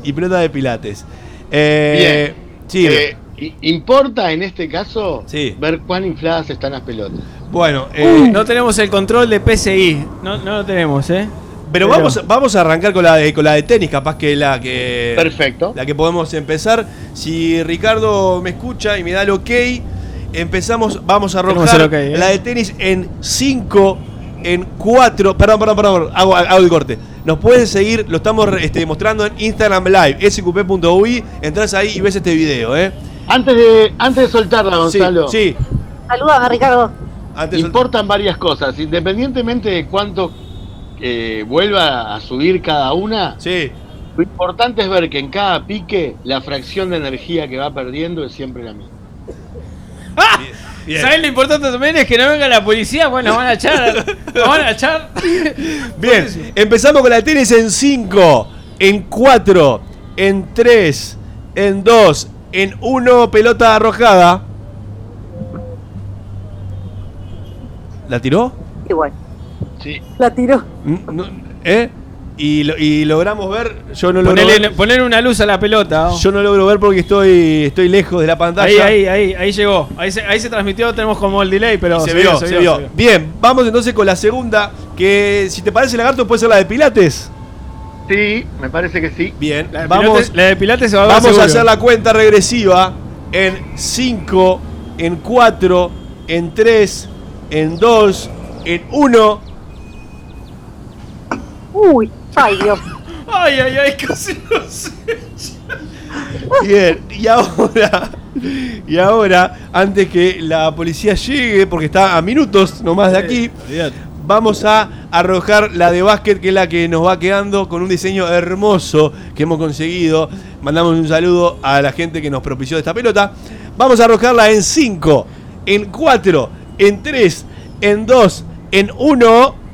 Bien. Sí, ¿Importa en este caso Sí. ver cuán infladas están las pelotas? bueno, No tenemos el control de PSI. No lo tenemos, pero vamos a arrancar con la de tenis, capaz que es la que... Perfecto. La que podemos empezar. Si Ricardo me escucha y me da el ok, vamos a Tenemos arrojar el ok, la de tenis en 5, en 4. Perdón, hago el corte. Nos pueden seguir, lo estamos mostrando en Instagram Live, sqp.ui. Entrás ahí y ves este video, Antes de soltarla, Gonzalo. Sí. Salúdame, Ricardo. Importan varias cosas. Independientemente de cuánto vuelva a subir cada una, Sí. lo importante es ver que en cada pique la fracción de energía que va perdiendo es siempre la misma. Bien. ¿Sabes lo importante también? Es que no venga la policía, bueno, nos van a echar. Bien, empezamos con la de tenis en 5, en 4, en 3, en 2, en 1, pelota arrojada. ¿La tiró? Igual. Sí. La tiró. Y logramos ver, yo no logro ver. Poner una luz a la pelota. Yo no logro ver porque estoy lejos de la pantalla. Ahí llegó. Ahí se transmitió, tenemos como el delay, pero se vio. Bien, vamos entonces con la segunda, que si te parece, Lagarto, puede ser la de Pilates. Sí, me parece que sí. Bien, La vamos de Pilates se va a ver a seguro. hacer la cuenta regresiva en 5, en 4, en 3, en 2, en 1. Uy, ay Dios. Ay, casi no sé. Bien, y ahora, antes que la policía llegue, porque está a minutos nomás de aquí, vamos a arrojar la de básquet, que es la que nos va quedando con un diseño hermoso que hemos conseguido. Mandamos un saludo a la gente que nos propició esta pelota. Vamos a arrojarla en 5, en 4, en 3, en 2, en 1.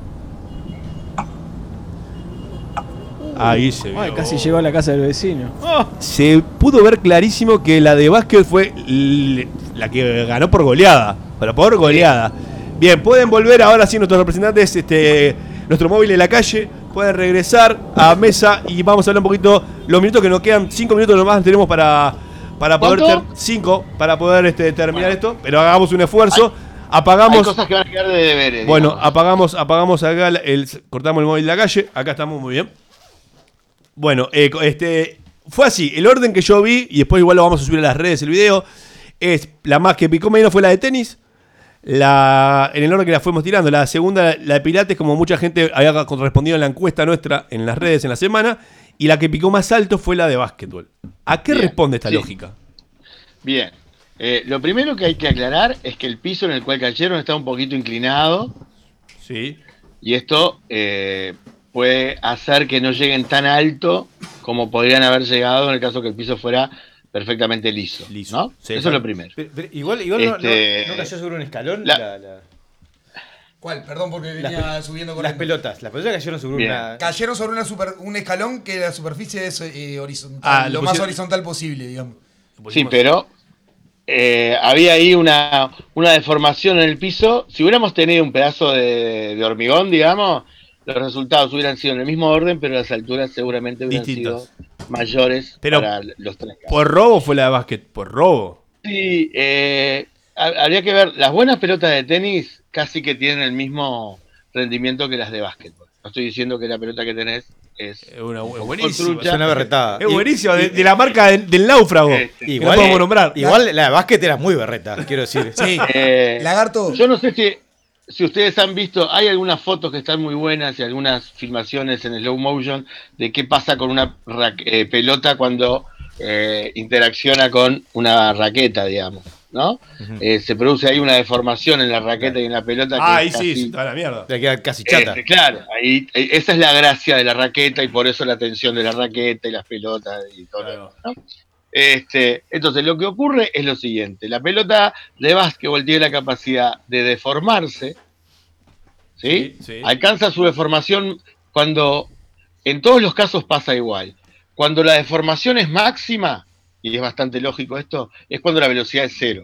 Ahí se vio. Ay, casi llegó a la casa del vecino. Se pudo ver clarísimo que la de básquet fue la que ganó por goleada. Bien, pueden volver ahora sí nuestros representantes, nuestro móvil en la calle. Pueden regresar a mesa y vamos a hablar un poquito. Los minutos que nos quedan, 5 minutos nomás tenemos para para poder ¿Cuánto? 5 para poder terminar esto, pero hagamos un esfuerzo. Apagamos. Hay cosas que van a quedar de deberes. Bueno, digamos. apagamos acá cortamos el móvil de la calle. Acá estamos muy bien. Bueno, fue así. El orden que yo vi, y después igual lo vamos a subir a las redes el video, es la más que picó menos fue la de tenis. En el orden que la fuimos tirando. La segunda, la de pilates, como mucha gente había correspondido en la encuesta nuestra en las redes en la semana. Y la que picó más alto fue la de básquetbol. ¿A qué responde esta lógica? Bien. Lo primero que hay que aclarar es que el piso en el cual cayeron está un poquito inclinado. Sí. Y esto puede hacer que no lleguen tan alto como podrían haber llegado en el caso que el piso fuera perfectamente liso. ¿No? Sí, eso es lo primero. Pero igual no cayó sobre un escalón. ¿Cuál? Perdón, porque venía subiendo con las pelotas. Las pelotas cayeron sobre una. Cayeron sobre un escalón que la superficie es horizontal. Lo más horizontal posible, digamos. Sí, pero había ahí una deformación en el piso. Si hubiéramos tenido un pedazo de hormigón, digamos, los resultados hubieran sido en el mismo orden, pero las alturas seguramente hubieran sido mayores para los tres casos. ¿Por robo fue la de básquet? ¿Por robo? Sí, habría que ver. Las buenas pelotas de tenis casi que tienen el mismo rendimiento que las de básquetbol. No estoy diciendo que la pelota que tenés es buenísima. Es una berretada. Es buenísimo, de la marca del náufrago. Igual, no podemos nombrar. Igual la de básquet era muy berreta, quiero decir. Sí. Lagarto. Yo no sé si ustedes han visto, hay algunas fotos que están muy buenas y algunas filmaciones en slow motion de qué pasa con una pelota cuando interacciona con una raqueta, digamos, ¿no? Se produce ahí una deformación en la raqueta y en la pelota. Ahí sí, se está la mierda. Te queda casi chata. Claro, esa es la gracia de la raqueta y por eso la tensión de la raqueta y las pelotas y todo eso, ¿no? Entonces lo que ocurre es lo siguiente: la pelota de básquetbol tiene la capacidad de deformarse, ¿sí? Sí. Alcanza su deformación cuando, en todos los casos pasa igual, cuando la deformación es máxima, y es bastante lógico esto, es cuando la velocidad es cero.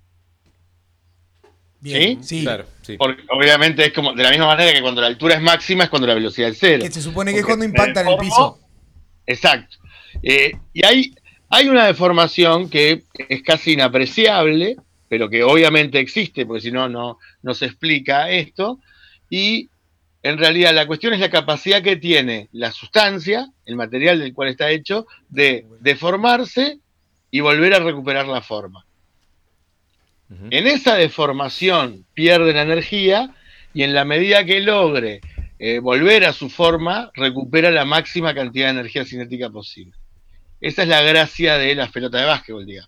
Bien, ¿Sí? Claro, sí. Porque obviamente es como de la misma manera que cuando la altura es máxima es cuando la velocidad es cero. Que se supone que es cuando impacta en el piso. Exacto. Y hay una deformación que es casi inapreciable, pero que obviamente existe, porque si no, no se explica esto. Y en realidad la cuestión es la capacidad que tiene la sustancia, el material del cual está hecho, de deformarse y volver a recuperar la forma. En esa deformación pierde la energía y en la medida que logre volver a su forma, recupera la máxima cantidad de energía cinética posible. Esa es la gracia de las pelotas de básquetbol, digamos.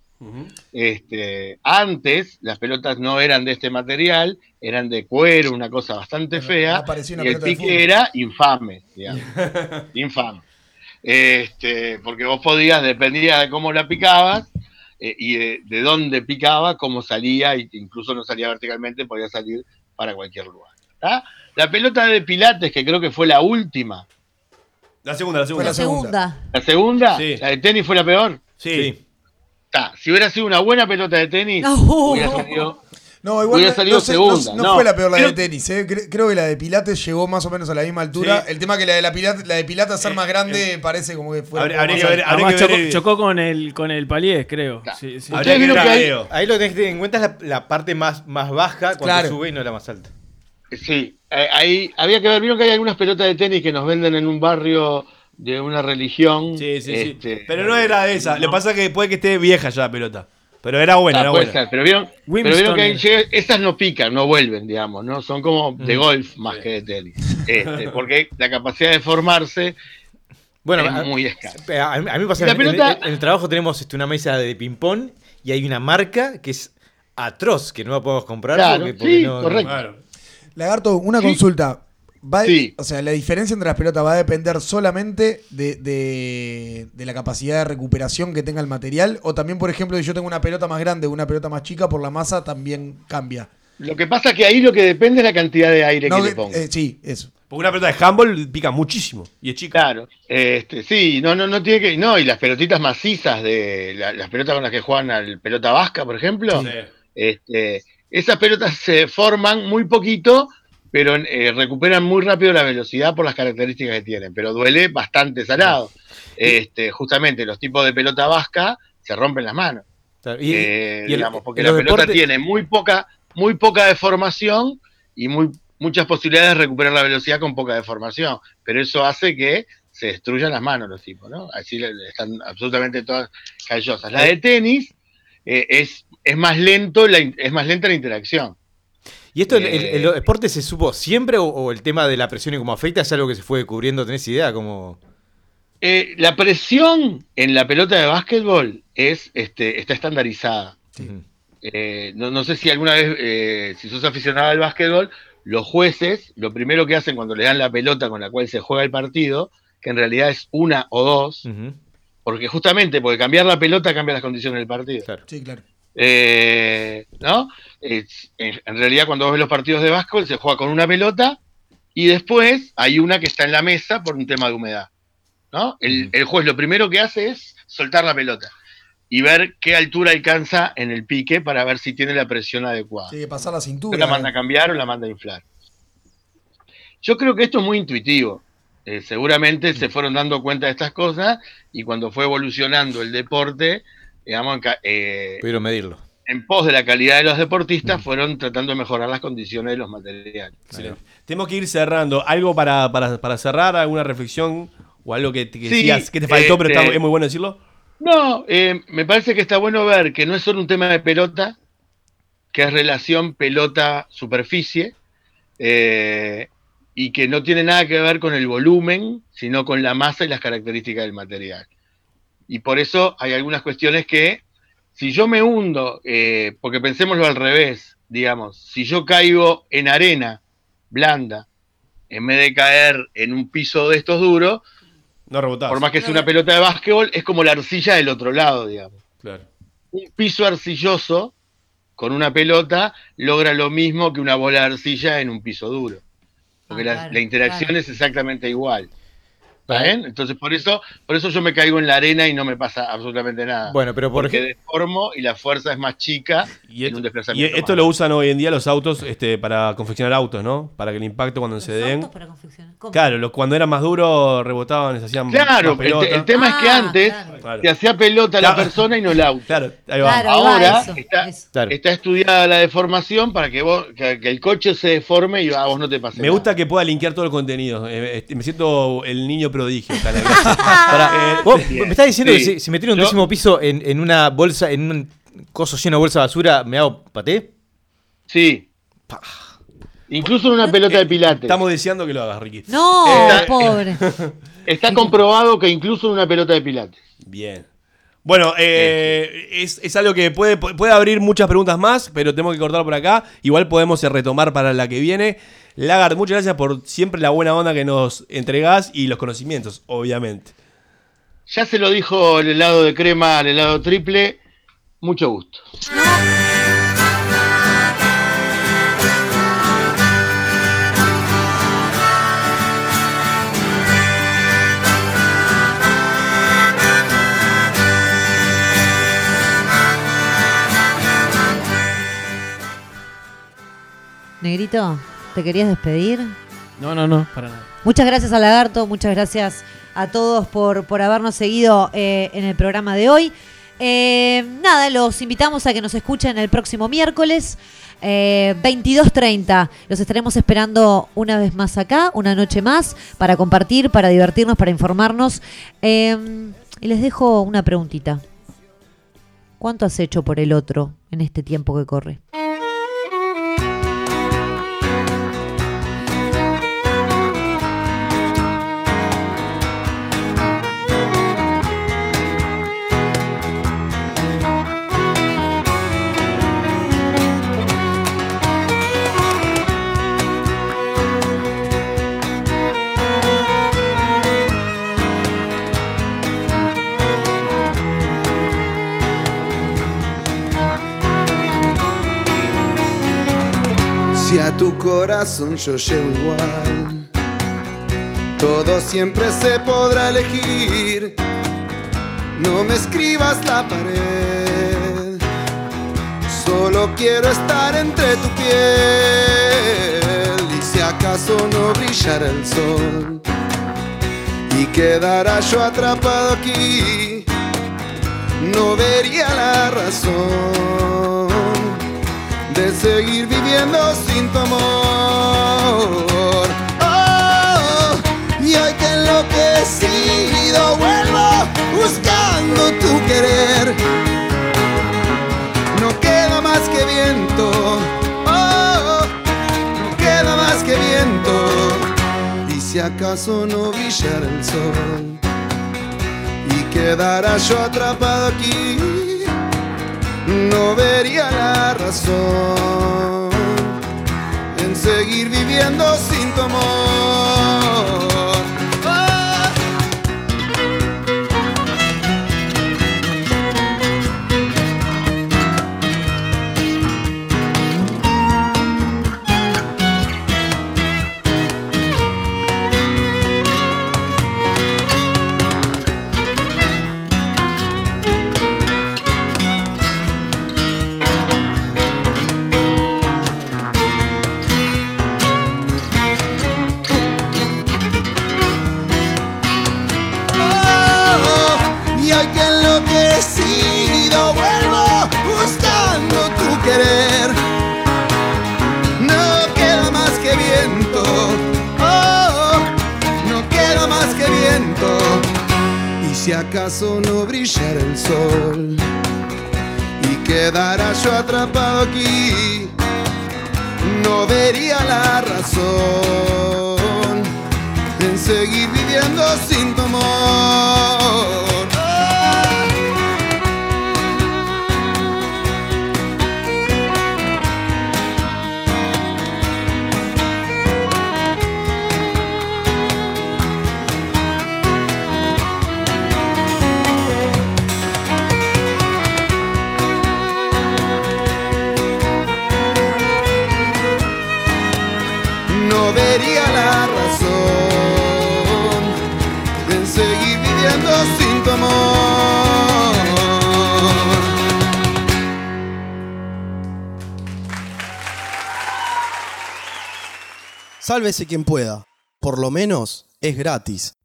Antes las pelotas no eran de este material, eran de cuero, una cosa bastante fea, y el pique era infame, digamos. Infame. Porque vos podías, dependía de cómo la picabas, y de dónde picaba, cómo salía, e incluso no salía verticalmente, podía salir para cualquier lugar. ¿Tá? La pelota de pilates, que creo que fue la última. La segunda. Fue la segunda. ¿La segunda? Sí. ¿La de tenis fue la peor? Sí. Si hubiera sido una buena pelota de tenis, hubiera salido. No, igual hubiera salido segunda. No fue la peor la de tenis, creo que la de pilates llegó más o menos a la misma altura. Sí. El tema que la de pilates ser más grande parece como que fue. Habría que ver, chocó con el paliés, creo. Sí. Ahí lo que tenés que tener en cuenta es la parte más baja cuando sube y no la más alta. Sí, ahí había que ver, vieron que hay algunas pelotas de tenis que nos venden en un barrio de una religión. Sí. Pero no era esa. Le pasa que puede que esté vieja ya la pelota. Pero era buena, era buena. Ser, pero vieron que ahí esas no pican, no vuelven, digamos, ¿no? Son como de golf más que de tenis. Porque la capacidad de formarse es muy escasa. A mí me pasa en el trabajo tenemos una mesa de ping-pong y hay una marca que es atroz, que no la podemos comprar. Claro, porque no, correcto. Claro. Lagarto, una consulta. O sea, la diferencia entre las pelotas va a depender solamente de la capacidad de recuperación que tenga el material, o también, por ejemplo, si yo tengo una pelota más grande o una pelota más chica, por la masa también cambia. Lo que pasa es que ahí lo que depende es la cantidad de aire que le ponga. Sí, eso. Porque una pelota de handball pica muchísimo y es chica. Claro, sí, no tiene que, no, y las pelotitas macizas de las pelotas con las que juegan al pelota vasca, por ejemplo, esas pelotas se forman muy poquito, pero recuperan muy rápido la velocidad por las características que tienen, pero duele bastante salado. Justamente los tipos de pelota vasca se rompen las manos. Claro, Digamos, porque en la los pelota deportes- tiene muy poca deformación y muchas posibilidades de recuperar la velocidad con poca deformación, pero eso hace que se destruyan las manos los tipos, ¿no? Así están absolutamente todas callosas. La de tenis es más lenta la interacción. ¿Y esto en los deportes se supo siempre o el tema de la presión y cómo afecta es algo que se fue descubriendo? ¿Tenés idea? Como... La presión en la pelota de básquetbol está estandarizada. No sé si alguna vez, si sos aficionado al básquetbol, los jueces, lo primero que hacen cuando le dan la pelota con la cual se juega el partido, que en realidad es una o dos, porque cambiar la pelota cambia las condiciones del partido. Sí, claro. ¿No? En realidad, cuando vos ves los partidos de básquetbol, se juega con una pelota y después hay una que está en la mesa por un tema de humedad, ¿no? El juez lo primero que hace es soltar la pelota y ver qué altura alcanza en el pique para ver si tiene la presión adecuada. Tiene que pasar la cintura. ¿La manda a cambiar o la manda a inflar? Yo creo que esto es muy intuitivo. Seguramente se fueron dando cuenta de estas cosas y cuando fue evolucionando el deporte, digamos, pudieron medirlo. En pos de la calidad de los deportistas, fueron tratando de mejorar las condiciones de los materiales. Tenemos que ir cerrando. ¿Algo para cerrar? ¿Alguna reflexión? ¿O algo que decías que te faltó, pero es muy bueno decirlo? No, me parece que está bueno ver que no es solo un tema de pelota, que es relación pelota-superficie, y que no tiene nada que ver con el volumen, sino con la masa y las características del material. Y por eso hay algunas cuestiones que, si yo me hundo, porque pensémoslo al revés, digamos, si yo caigo en arena blanda, en vez de caer en un piso de estos duros, no rebotás. Por más que sea una pelota de básquetbol, es como la arcilla del otro lado, digamos. Claro. Un piso arcilloso con una pelota logra lo mismo que una bola de arcilla en un piso duro. Porque la interacción es exactamente igual. ¿Está bien? Entonces por eso yo me caigo en la arena y no me pasa absolutamente nada. Bueno, pero porque deformo y la fuerza es más chica en un desplazamiento. Y esto lo usan hoy en día los autos para confeccionar autos, ¿no? Para que el impacto cuando se den. Para confeccionar. Claro, cuando eran más duros rebotaban, se hacían Claro, más pelota. el tema es que antes se hacía pelota la persona y no el auto. Claro, ahí va. Ahora está estudiada la deformación para que el coche se deforme y a vos no te pase Me gusta que pueda linkear todo el contenido. Me siento el niño prodigio. ¿Vos me estás diciendo que si me tiro un 10º piso en una bolsa, en un coso lleno de bolsa de basura, me hago paté? Sí. Incluso en una pelota de pilates. Estamos deseando que lo hagas, Ricky. No, pobre. Está comprobado que incluso en una pelota de pilates. Bien. Bueno, es algo que puede abrir muchas preguntas más, pero tenemos que cortar por acá. Igual podemos retomar para la que viene. Lagarde, muchas gracias por siempre la buena onda que nos entregás y los conocimientos, obviamente. Ya se lo dijo el helado de crema al helado triple. Mucho gusto. Negrito, ¿te querías despedir? No, para nada. Muchas gracias a Lagarto, muchas gracias a todos por habernos seguido en el programa de hoy. Nada, los invitamos a que nos escuchen el próximo miércoles 22:30. Los estaremos esperando una vez más acá, una noche más, para compartir, para divertirnos, para informarnos. Y les dejo una preguntita. ¿Cuánto has hecho por el otro en este tiempo que corre? Si a tu corazón yo llego igual, todo siempre se podrá elegir. No me escribas la pared, solo quiero estar entre tu piel. Y si acaso no brillara el sol y quedara yo atrapado aquí, no vería la razón de seguir viviendo sin tu amor. Oh, y hoy que enloquecido vuelvo buscando tu querer. No queda más que viento, oh, no queda más que viento. Y si acaso no brillara el sol y quedara yo atrapado aquí, no vería la razón en seguir viviendo sin tu amor. Enloquecido vuelvo buscando tu querer. No queda más que viento, oh, no queda más que viento. Y si acaso no brillara el sol y quedara yo atrapado aquí, no vería la razón en seguir viviendo sin tu amor. No vería la razón en seguir viviendo sin tu amor. Sálvese quien pueda. Por lo menos es gratis.